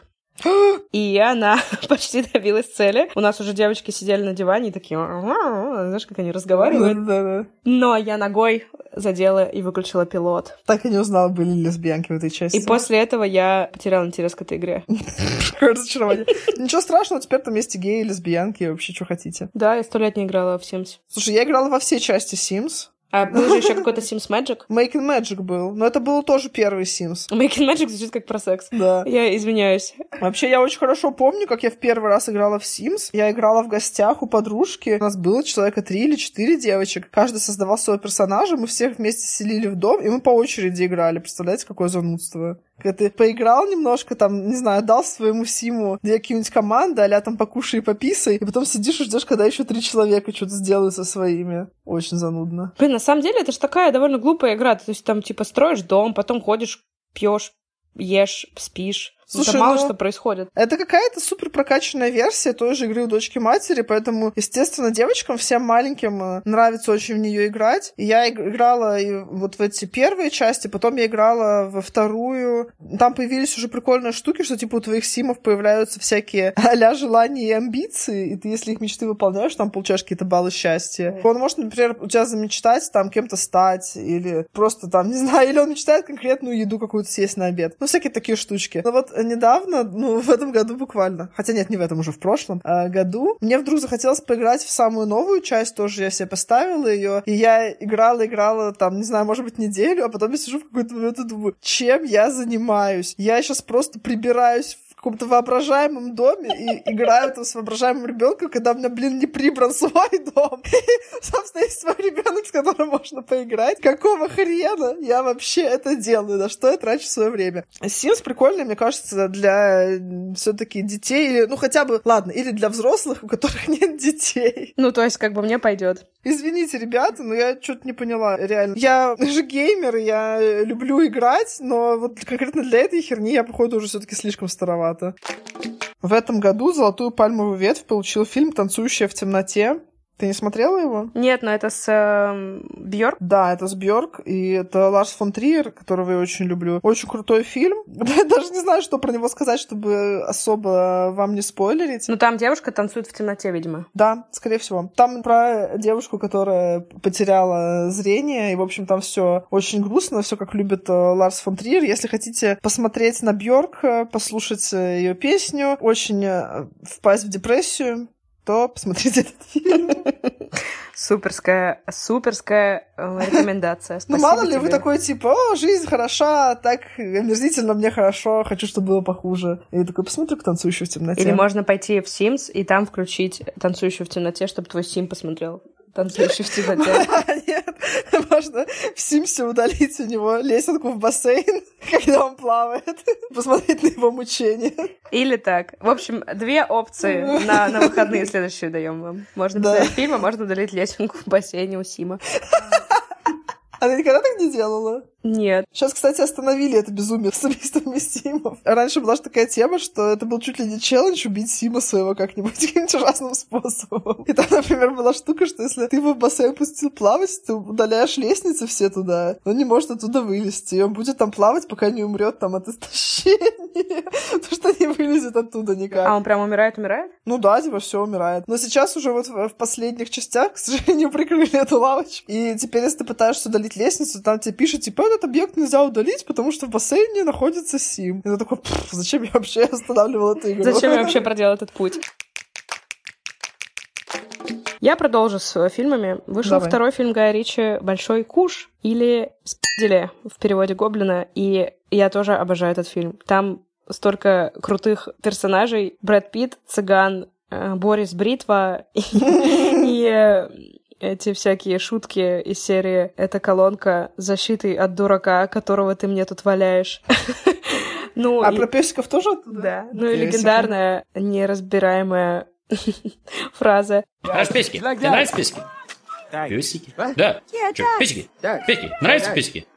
И она почти добилась цели. У нас уже девочки сидели на диване и такие... Знаешь, как они разговаривают? Да. Но я ногой задела и выключила пилот. Так и не узнала, были ли лесбиянки в этой части. И после этого я потеряла интерес к этой игре. Какое разочарование. Ничего страшного, теперь там есть и геи, и лесбиянки, и вообще, что хотите. Да, я 100 лет не играла в Sims. Слушай, я играла во все части Sims. А был же еще какой-то Sims Magic? Making Magic был, но это был тоже первый Sims. Making Magic звучит как про секс. Да. Я извиняюсь. Вообще, я очень хорошо помню, как я в первый раз играла в Sims. Я играла в гостях у подружки. У нас было человека 3 или 4 девочек. Каждый создавал своего персонажа, мы всех вместе селили в дом, и мы по очереди играли. Представляете, какое занудство? Когда ты поиграл немножко, там, не знаю, дал своему Симу какие-нибудь команды, а-ля там покушай и пописай, и потом сидишь и ждешь, когда еще 3 человека что-то сделают со своими. Очень занудно. Блин, на самом деле это же такая довольно глупая игра. То есть там типа строишь дом, потом ходишь, пьешь, ешь, спишь. Слушай, это мало что происходит. Это какая-то супер прокачанная версия той же игры у дочки матери, поэтому, естественно, девочкам, всем маленьким нравится очень в нее играть. И я играла и вот в эти первые части, потом я играла во вторую. Там появились уже прикольные штуки, что типа у твоих симов появляются всякие а-ля желания и амбиции, и ты, если их мечты выполняешь, там получаешь какие-то баллы счастья. Он может, например, у тебя замечтать там кем-то стать, или просто там, не знаю, или он мечтает конкретную еду какую-то съесть на обед. Всякие такие штучки. Но вот недавно, в этом году буквально, хотя нет, не в этом, уже в прошлом году, мне вдруг захотелось поиграть в самую новую часть, тоже я себе поставила ее, и я играла, там, не знаю, может быть, неделю, а потом я сижу в какой-то момент и думаю, чем я занимаюсь? Я сейчас просто прибираюсь в каком-то воображаемом доме и играю там с воображаемым ребенком, когда у меня, блин, не прибран свой дом. И, собственно, есть свой ребенок, с которым можно поиграть. Какого хрена я вообще это делаю? На что я трачу свое время? Sims прикольный, мне кажется, для все-таки детей, или, ну, хотя бы, ладно, или для взрослых, у которых нет детей. Ну, то есть, как бы мне пойдет. Извините, ребята, но я что-то не поняла, реально. Я же геймер, я люблю играть, но вот конкретно для этой херни я, походу, уже все-таки слишком старовата. В этом году «Золотую пальмовую ветвь» получил фильм «Танцующая в темноте». Ты не смотрела его? Нет, но это с Бьорк? Да, это с Бьорк, и это Ларс фон Триер, которого я очень люблю. Очень крутой фильм. Я даже не знаю, что про него сказать, чтобы особо вам не спойлерить. Ну, там девушка танцует в темноте, видимо. Да, скорее всего. Там про девушку, которая потеряла зрение, и, в общем, там все очень грустно, все как любит Ларс фон Триер. Если хотите посмотреть на Бьорк, послушать ее песню, очень впасть в депрессию, то посмотрите этот фильм. Суперская рекомендация. Ну, мало ли вы такой, типа, о, жизнь хороша, так омерзительно, мне хорошо, хочу, чтобы было похуже. И я такой, посмотрю-ка «Танцующую в темноте». Или можно пойти в Sims и там включить «Танцующую в темноте», чтобы твой Сим посмотрел «Танцующий в темноте». Нет, можно в Симсе удалить у него лесенку в бассейн, когда он плавает, посмотреть на его мучения. Или так. В общем, 2 опции на выходные следующие даем вам. Можно посмотреть фильм, а можно удалить лесенку в бассейне у Сима. А ты никогда так не делала? Нет. Сейчас, кстати, остановили это безумие с убийствами Симов. Раньше была же такая тема, что это был чуть ли не челлендж убить Сима своего как-нибудь каким-нибудь ужасным способом. И там, например, была штука, что если ты его в бассейн пустил плавать, ты удаляешь лестницы все туда, но он не может оттуда вылезти. И он будет там плавать, пока не умрет там от истощения. Потому что не вылезет оттуда никак. А он прям умирает? Ну да, типа все умирает. Но сейчас уже вот в последних частях, к сожалению, прикрыли эту лавочку. И теперь, если ты пытаешься удалить лестницу, там тебе пишут, типа, этот объект нельзя удалить, потому что в бассейне находится Сим. И ты такой, зачем я вообще останавливал эту игру? Зачем я вообще проделал этот путь? Я продолжу с фильмами. Вышел второй фильм Гая Ричи «Большой куш» или «Спидели» в переводе Гоблина, и я тоже обожаю этот фильм. Там столько крутых персонажей. Брэд Питт, цыган, Борис Бритва и эти всякие шутки из серии «Это колонка с защитой от дурака, которого ты мне тут валяешь». Ну, про песиков тоже оттуда? Да. Ну и легендарная, неразбираемая фраза. Нравятся песики? Тебе нравятся песики? Песики? Да. Чё, песики? Песики. Нравятся песики?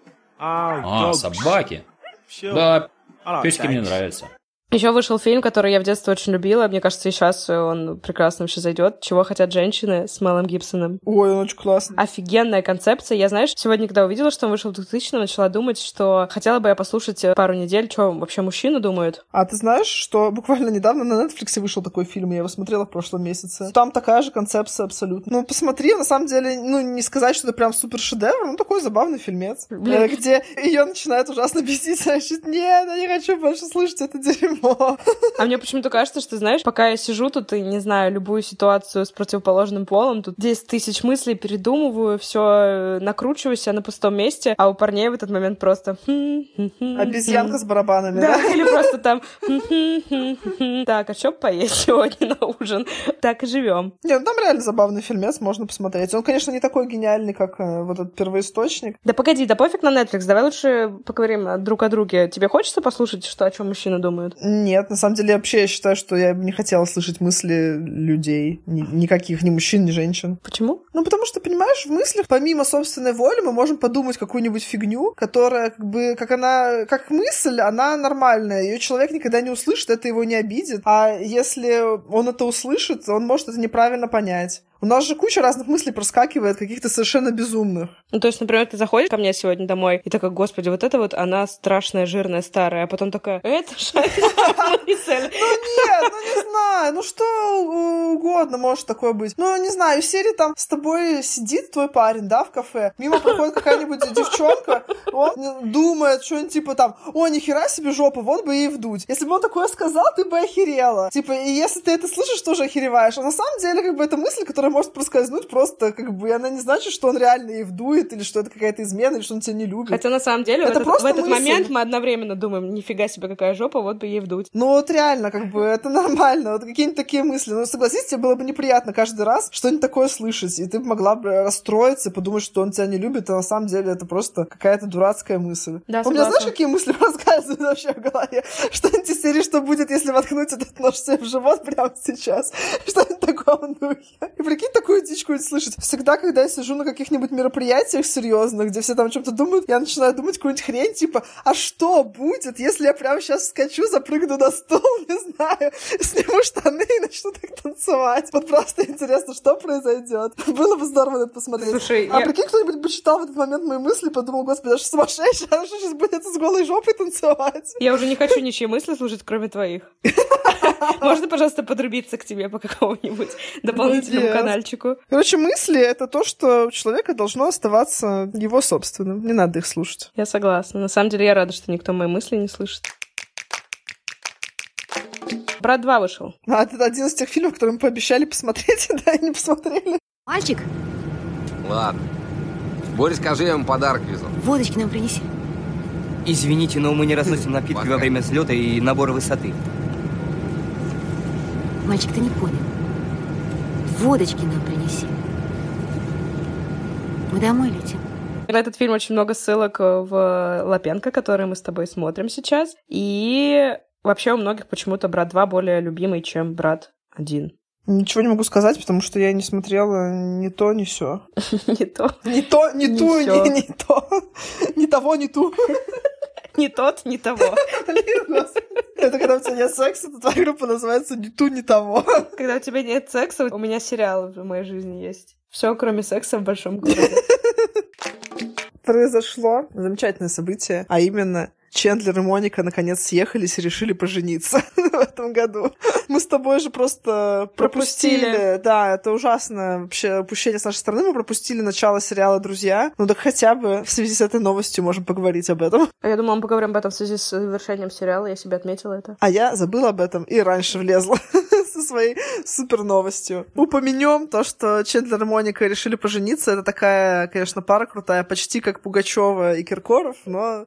Собаки. Да, песики мне нравятся. Еще вышел фильм, который я в детстве очень любила. Мне кажется, и сейчас он прекрасно вообще зайдет. «Чего хотят женщины» с Мелом Гибсоном. Ой, он очень классный. Офигенная концепция. Я, знаешь, сегодня, когда увидела, что он вышел в 2000-м, начала думать, что хотела бы я послушать пару недель, что вообще мужчины думают. А ты знаешь, что буквально недавно на Netflix вышел такой фильм, я его смотрела в прошлом месяце. Там такая же концепция абсолютно. Ну, посмотри, на самом деле, ну, не сказать, что это прям супер шедевр, но такой забавный фильмец. Где ее начинает ужасно бесить, значит, нет, я не хочу больше слышать это дерьмо. А мне почему-то кажется, что, знаешь, пока я сижу тут и, не знаю, любую ситуацию с противоположным полом, тут 10 тысяч мыслей передумываю, все накручиваю себя на пустом месте, а у парней в этот момент просто... Обезьянка с барабанами, да? Или просто там... Так, а что поесть сегодня на ужин? Так и живем. Не, ну там реально забавный фильмец, можно посмотреть. Он, конечно, не такой гениальный, как вот этот первоисточник. Да погоди, да пофиг на Netflix, давай лучше поговорим друг о друге. Тебе хочется послушать, что о чем мужчины думают? Нет, на самом деле, вообще я считаю, что я бы не хотела слышать мысли людей. Никаких, ни мужчин, ни женщин. Почему? Ну, потому что, понимаешь, в мыслях, помимо собственной воли, мы можем подумать какую-нибудь фигню, которая, как бы, как мысль, она нормальная. Ее человек никогда не услышит, это его не обидит. А если он это услышит, он может это неправильно понять. У нас же куча разных мыслей проскакивает, каких-то совершенно безумных. Ну, то есть, например, ты заходишь ко мне сегодня домой, и такая, господи, вот это вот она страшная, жирная, старая, а потом такая, это же мысль. Ну нет, ну не знаю, ну что угодно может такое быть. Ну, не знаю, из серии там с тобой сидит твой парень, да, в кафе, мимо проходит какая-нибудь девчонка, он думает что-нибудь типа там, о, нихера себе жопа, вот бы ей вдуть. Если бы он такое сказал, ты бы охерела. Типа, и если ты это слышишь, тоже охереваешь. А на самом деле, как бы, это мысль, которая которая может проскользнуть просто, как бы, и она не значит, что он реально ей вдует, или что это какая-то измена, или что он тебя не любит. Хотя, на самом деле, это в этот момент мы одновременно думаем, нифига себе, какая жопа, вот бы ей вдуть. Ну вот реально, как бы, это нормально. Вот какие-нибудь такие мысли. Ну, согласись, тебе было бы неприятно каждый раз что-нибудь такое слышать, и ты бы могла бы расстроиться, подумать, что он тебя не любит, а на самом деле это просто какая-то дурацкая мысль. Да, у меня, знаешь, какие мысли проскальзывают вообще в голове? Что-нибудь из серии, что будет, если воткнуть этот нож себе в живот прямо сейчас? Что-нибудь такого духе. И прикинь, такую дичь какую-нибудь слышать. Всегда, когда я сижу на каких-нибудь мероприятиях серьезных, где все там о чем-то думают, я начинаю думать какую-нибудь хрень, типа, а что будет, если я прямо сейчас вскочу, запрыгну на стол, не знаю, сниму штаны и начну так танцевать. Вот просто интересно, что произойдет. Было бы здорово на это посмотреть. Слушай, прикинь, кто-нибудь бы читал в этот момент мои мысли, подумал, господи, я же сумасшедшая, она что сейчас будет с голой жопой танцевать? Я уже не хочу ничьи мысли слушать, кроме твоих. Можно, пожалуйста, подрубиться к тебе по какому-нибудь дополнительному канальчику? Короче, мысли — это то, что у человека должно оставаться его собственным. Не надо их слушать. Я согласна. На самом деле, я рада, что никто мои мысли не слышит. «Брат 2» вышел. Это один из тех фильмов, которые мы пообещали посмотреть, да, и не посмотрели. Мальчик? Ладно. Боря, скажи, я ему подарок везу. Водочки нам принеси. Извините, но мы не разносим напитки во время взлета и набора высоты. Мальчик, ты не понял. Водочки нам принеси. Мы домой летим. В этот фильм очень много ссылок в Лапенко, который мы с тобой смотрим сейчас. И вообще у многих почему-то «Брат 2» более любимый, чем «Брат 1». Ничего не могу сказать, потому что я не смотрела ни то, ни сё. Не то. Не то, не ту, не то. Ни того, ни ту. Ни тот, ни того. Это когда у тебя нет секса, то твоя группа называется «Ни ту, ни того». Когда у тебя нет секса, у меня сериалы в моей жизни есть. Все, кроме секса в большом городе. Произошло замечательное событие, а именно Чендлер и Моника наконец съехались и решили пожениться в этом году. Мы с тобой же просто пропустили. Да, это ужасное вообще упущение с нашей стороны. Мы пропустили начало сериала «Друзья». Ну так хотя бы в связи с этой новостью можем поговорить об этом. А я думала, мы поговорим об этом в связи с завершением сериала. Я себе отметила это. А я забыла об этом и раньше влезла со своей супер новостью. Упомянем то, что Чендлер и Моника решили пожениться. Это такая, конечно, пара крутая, почти как Пугачёва и Киркоров, но...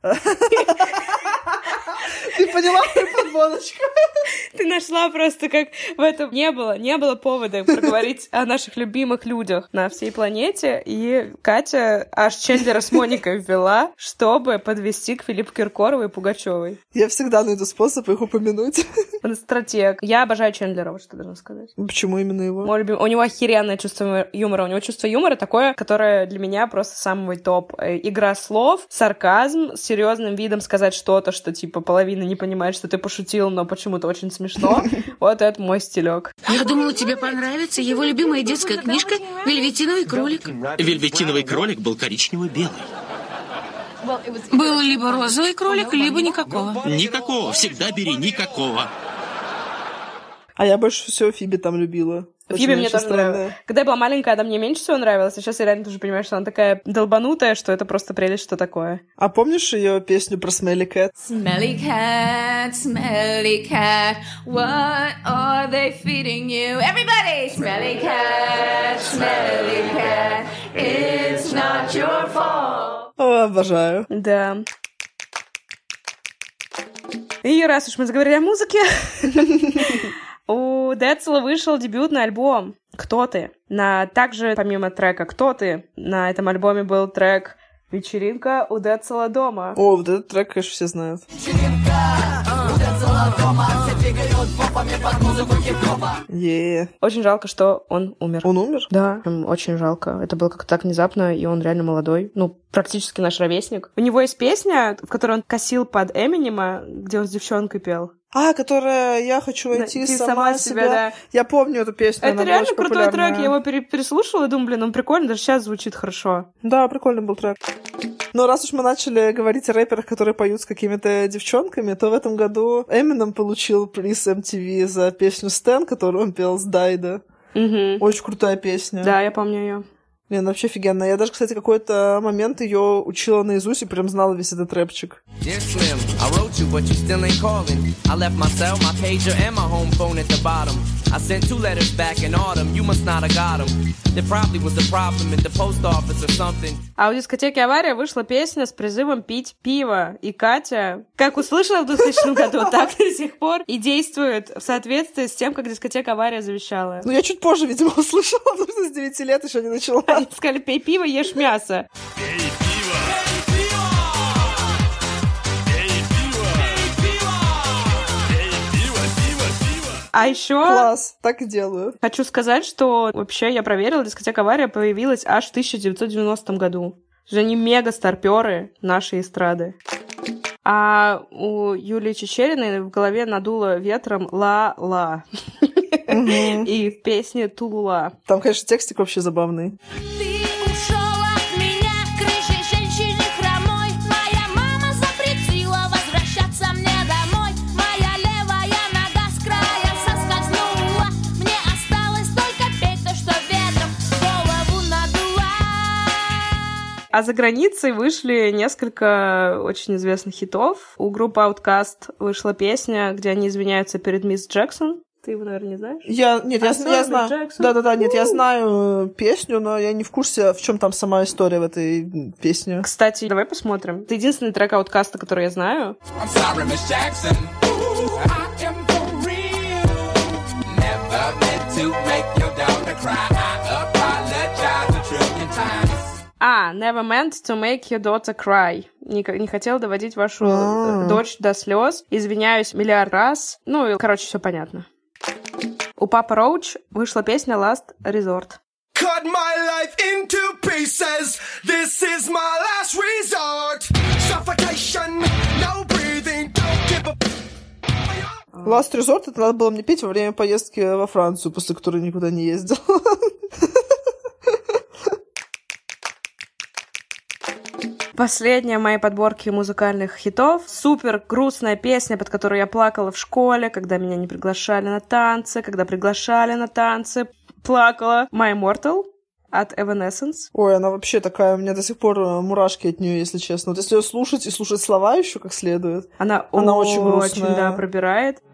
Ты поняла мою подводочку? Ты нашла просто как в этом не было повода проговорить о наших любимых людях на всей планете, и Катя аж Чендлера с Моникой ввела, чтобы подвести к Филиппу Киркорову и Пугачёвой. Я всегда найду способ их упомянуть. Он стратег. Я обожаю Чендлера, вот что должна сказать. Почему именно его? Мой любимый. У него охеренное чувство юмора. У него чувство юмора такое, которое для меня просто самый топ. Игра слов, сарказм, с серьезным видом сказать что-то, что типа половина не понимает, что ты пошутил, но почему-то очень смешно. Вот это мой стилек. Я думала, тебе понравится его любимая детская книжка «Вельветиновый кролик». Вельветиновый кролик был коричнево-белый. Был либо розовый кролик, либо никакого. Никакого. Всегда бери никакого. А я больше всего Фиби там любила. Фиби мне тоже нравилась. Когда я была маленькая, она мне меньше всего нравилась, а сейчас я реально тоже понимаю, что она такая долбанутая, что это просто прелесть, что такое. А помнишь ее песню про Smelly Cat? Smelly cat, what are they feeding you? Everybody! Smelly cat, it's not your fault. О, обожаю. Да. И раз уж мы заговорили о музыке, у Децла вышел дебютный альбом «Кто ты?». Также, помимо трека «Кто ты?», на этом альбоме был трек «Вечеринка у Децла дома». О, вот этот трек, конечно, все знают. Очень жалко, что он умер. Он умер? Да, очень жалко. Это было как-то так внезапно, и он реально молодой. Ну, практически наш ровесник. У него есть песня, в которой он косил под Эминема, где он с девчонкой пел. Которая «Я хочу войти сама себя». Да. Я помню эту песню. Это реально крутой трек. Я его переслушала и думаю, блин, он прикольный, даже сейчас звучит хорошо. Да, прикольный был трек. Но раз уж мы начали говорить о рэперах, которые поют с какими-то девчонками, то в этом году Эминем получил приз MTV за песню «Стэн», которую он пел с Дайда. Угу. Очень крутая песня. Да, я помню ее. Не, она вообще офигенная. Я даже, кстати, какой-то момент ее учила наизусть и прям знала весь этот рэпчик. Dear Slim, I wrote you, but you still ain't calling. I left my cell, my pager, and my home phone at the bottom. I sent 2 letters back in autumn. You must not have got them. There probably was a problem at the post office or something. А у дискотеки «Авария» вышла песня с призывом пить пиво. И Катя, как услышала в 2000 году, так до сих пор и действует в соответствии с тем, как дискотека «Авария» завещала. Ну, я чуть позже, видимо, услышала, потому что с 9 лет еще не начала. Они сказали, пей пиво, ешь мясо. Пей пиво! А еще... Класс, так и делаю. Хочу сказать, что вообще я проверила, дискотека «Авария» появилась аж в 1990 году. Уже они мега-старпёры нашей эстрады. А у Юлии Чичериной в голове надуло ветром «ла-ла». И в песне «Тулула». Там, конечно, текстик вообще забавный. А за границей вышли несколько очень известных хитов. У группы Outkast вышла песня, где они извиняются перед мисс Джексон. Ты его, наверное, не знаешь? Я знаю. Да-да-да, нет, я знаю песню, но я не в курсе, в чем там сама история в этой песне. Кстати, давай посмотрим. Это единственный трек Outkast, который я знаю. Never meant to make your daughter cry. Не хотел доводить вашу дочь до слез. Извиняюсь миллиард раз. Ну, и, короче, все понятно. У Папа Роуч вышла песня Last Resort. Cut my life into pieces. This is my last resort. Suffocation, no breathing, don't give a... Last Resort, это надо было мне петь во время поездки во Францию, после которой никуда не ездил. Последняя в моей подборке музыкальных хитов. Супер грустная песня, под которую я плакала в школе, когда меня не приглашали на танцы, когда приглашали на танцы. Плакала. My Immortal от Evanescence. Ой, она вообще такая, у меня до сих пор мурашки от нее, если честно. Вот если ее слушать и слушать слова еще как следует, она очень грустная. Очень, да, пробирает.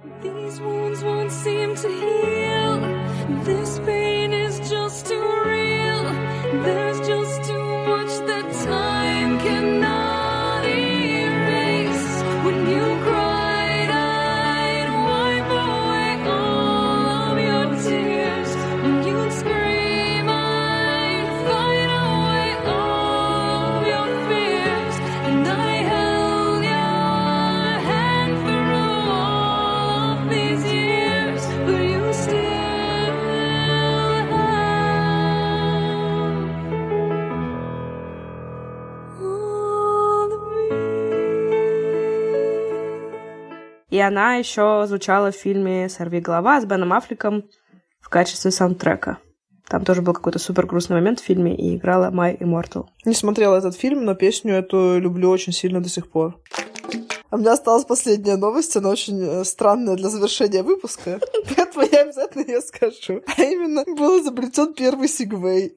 И она еще звучала в фильме «Сорви голова» с Беном Аффлеком в качестве саундтрека. Там тоже был какой-то супер грустный момент в фильме, и играла My Immortal. Не смотрела этот фильм, но песню эту люблю очень сильно до сих пор. А у меня осталась последняя новость, она очень странная для завершения выпуска, поэтому я обязательно ее скажу. А именно, был изобретен первый сегвей.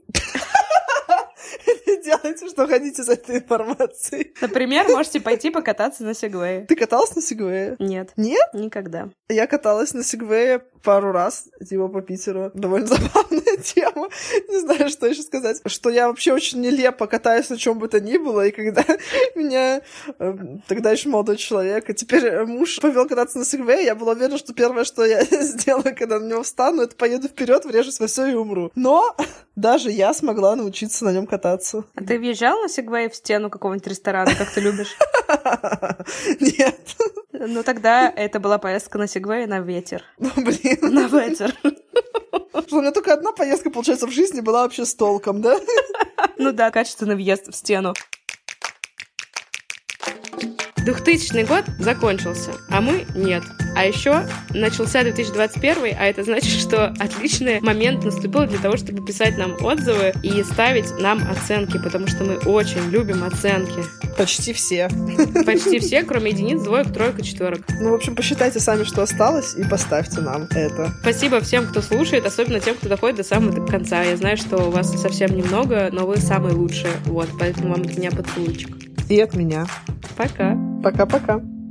Делайте, что хотите с этой информацией. Например, можете пойти покататься на сегвее. Ты каталась на сегвее? Нет. Нет? Никогда. Я каталась на сегвее пару раз, типа, по Питеру. Довольно забавная тема. Не знаю, что еще сказать. Что я вообще очень нелепо катаюсь на чем бы то ни было, и когда меня тогда еще молодой человек, а теперь муж повел кататься на сегвее, я была уверена, что первое, что я сделаю, когда на него встану, это поеду вперед, врежусь во все и умру. Но даже я смогла научиться на нем кататься. А ты въезжал на сегвее в стену какого-нибудь ресторана, как ты любишь? Нет. Ну тогда это была поездка на сегвее на ветер. Ну, блин. На ветер. У меня только одна поездка, получается, в жизни была вообще с толком, да? Ну да, качественный въезд в стену. 2000 год закончился, а мы нет. А еще начался 2021, а это значит, что отличный момент наступил для того, чтобы писать нам отзывы и ставить нам оценки, потому что мы очень любим оценки. Почти все. Почти все, кроме единиц, двоек, троек и четверок. Ну, в общем, посчитайте сами, что осталось, и поставьте нам это. Спасибо всем, кто слушает, особенно тем, кто доходит до самого конца. Я знаю, что у вас совсем немного, но вы самые лучшие. Вот, поэтому вам от меня поцелуйчик. И от меня. Пока. Пока-пока.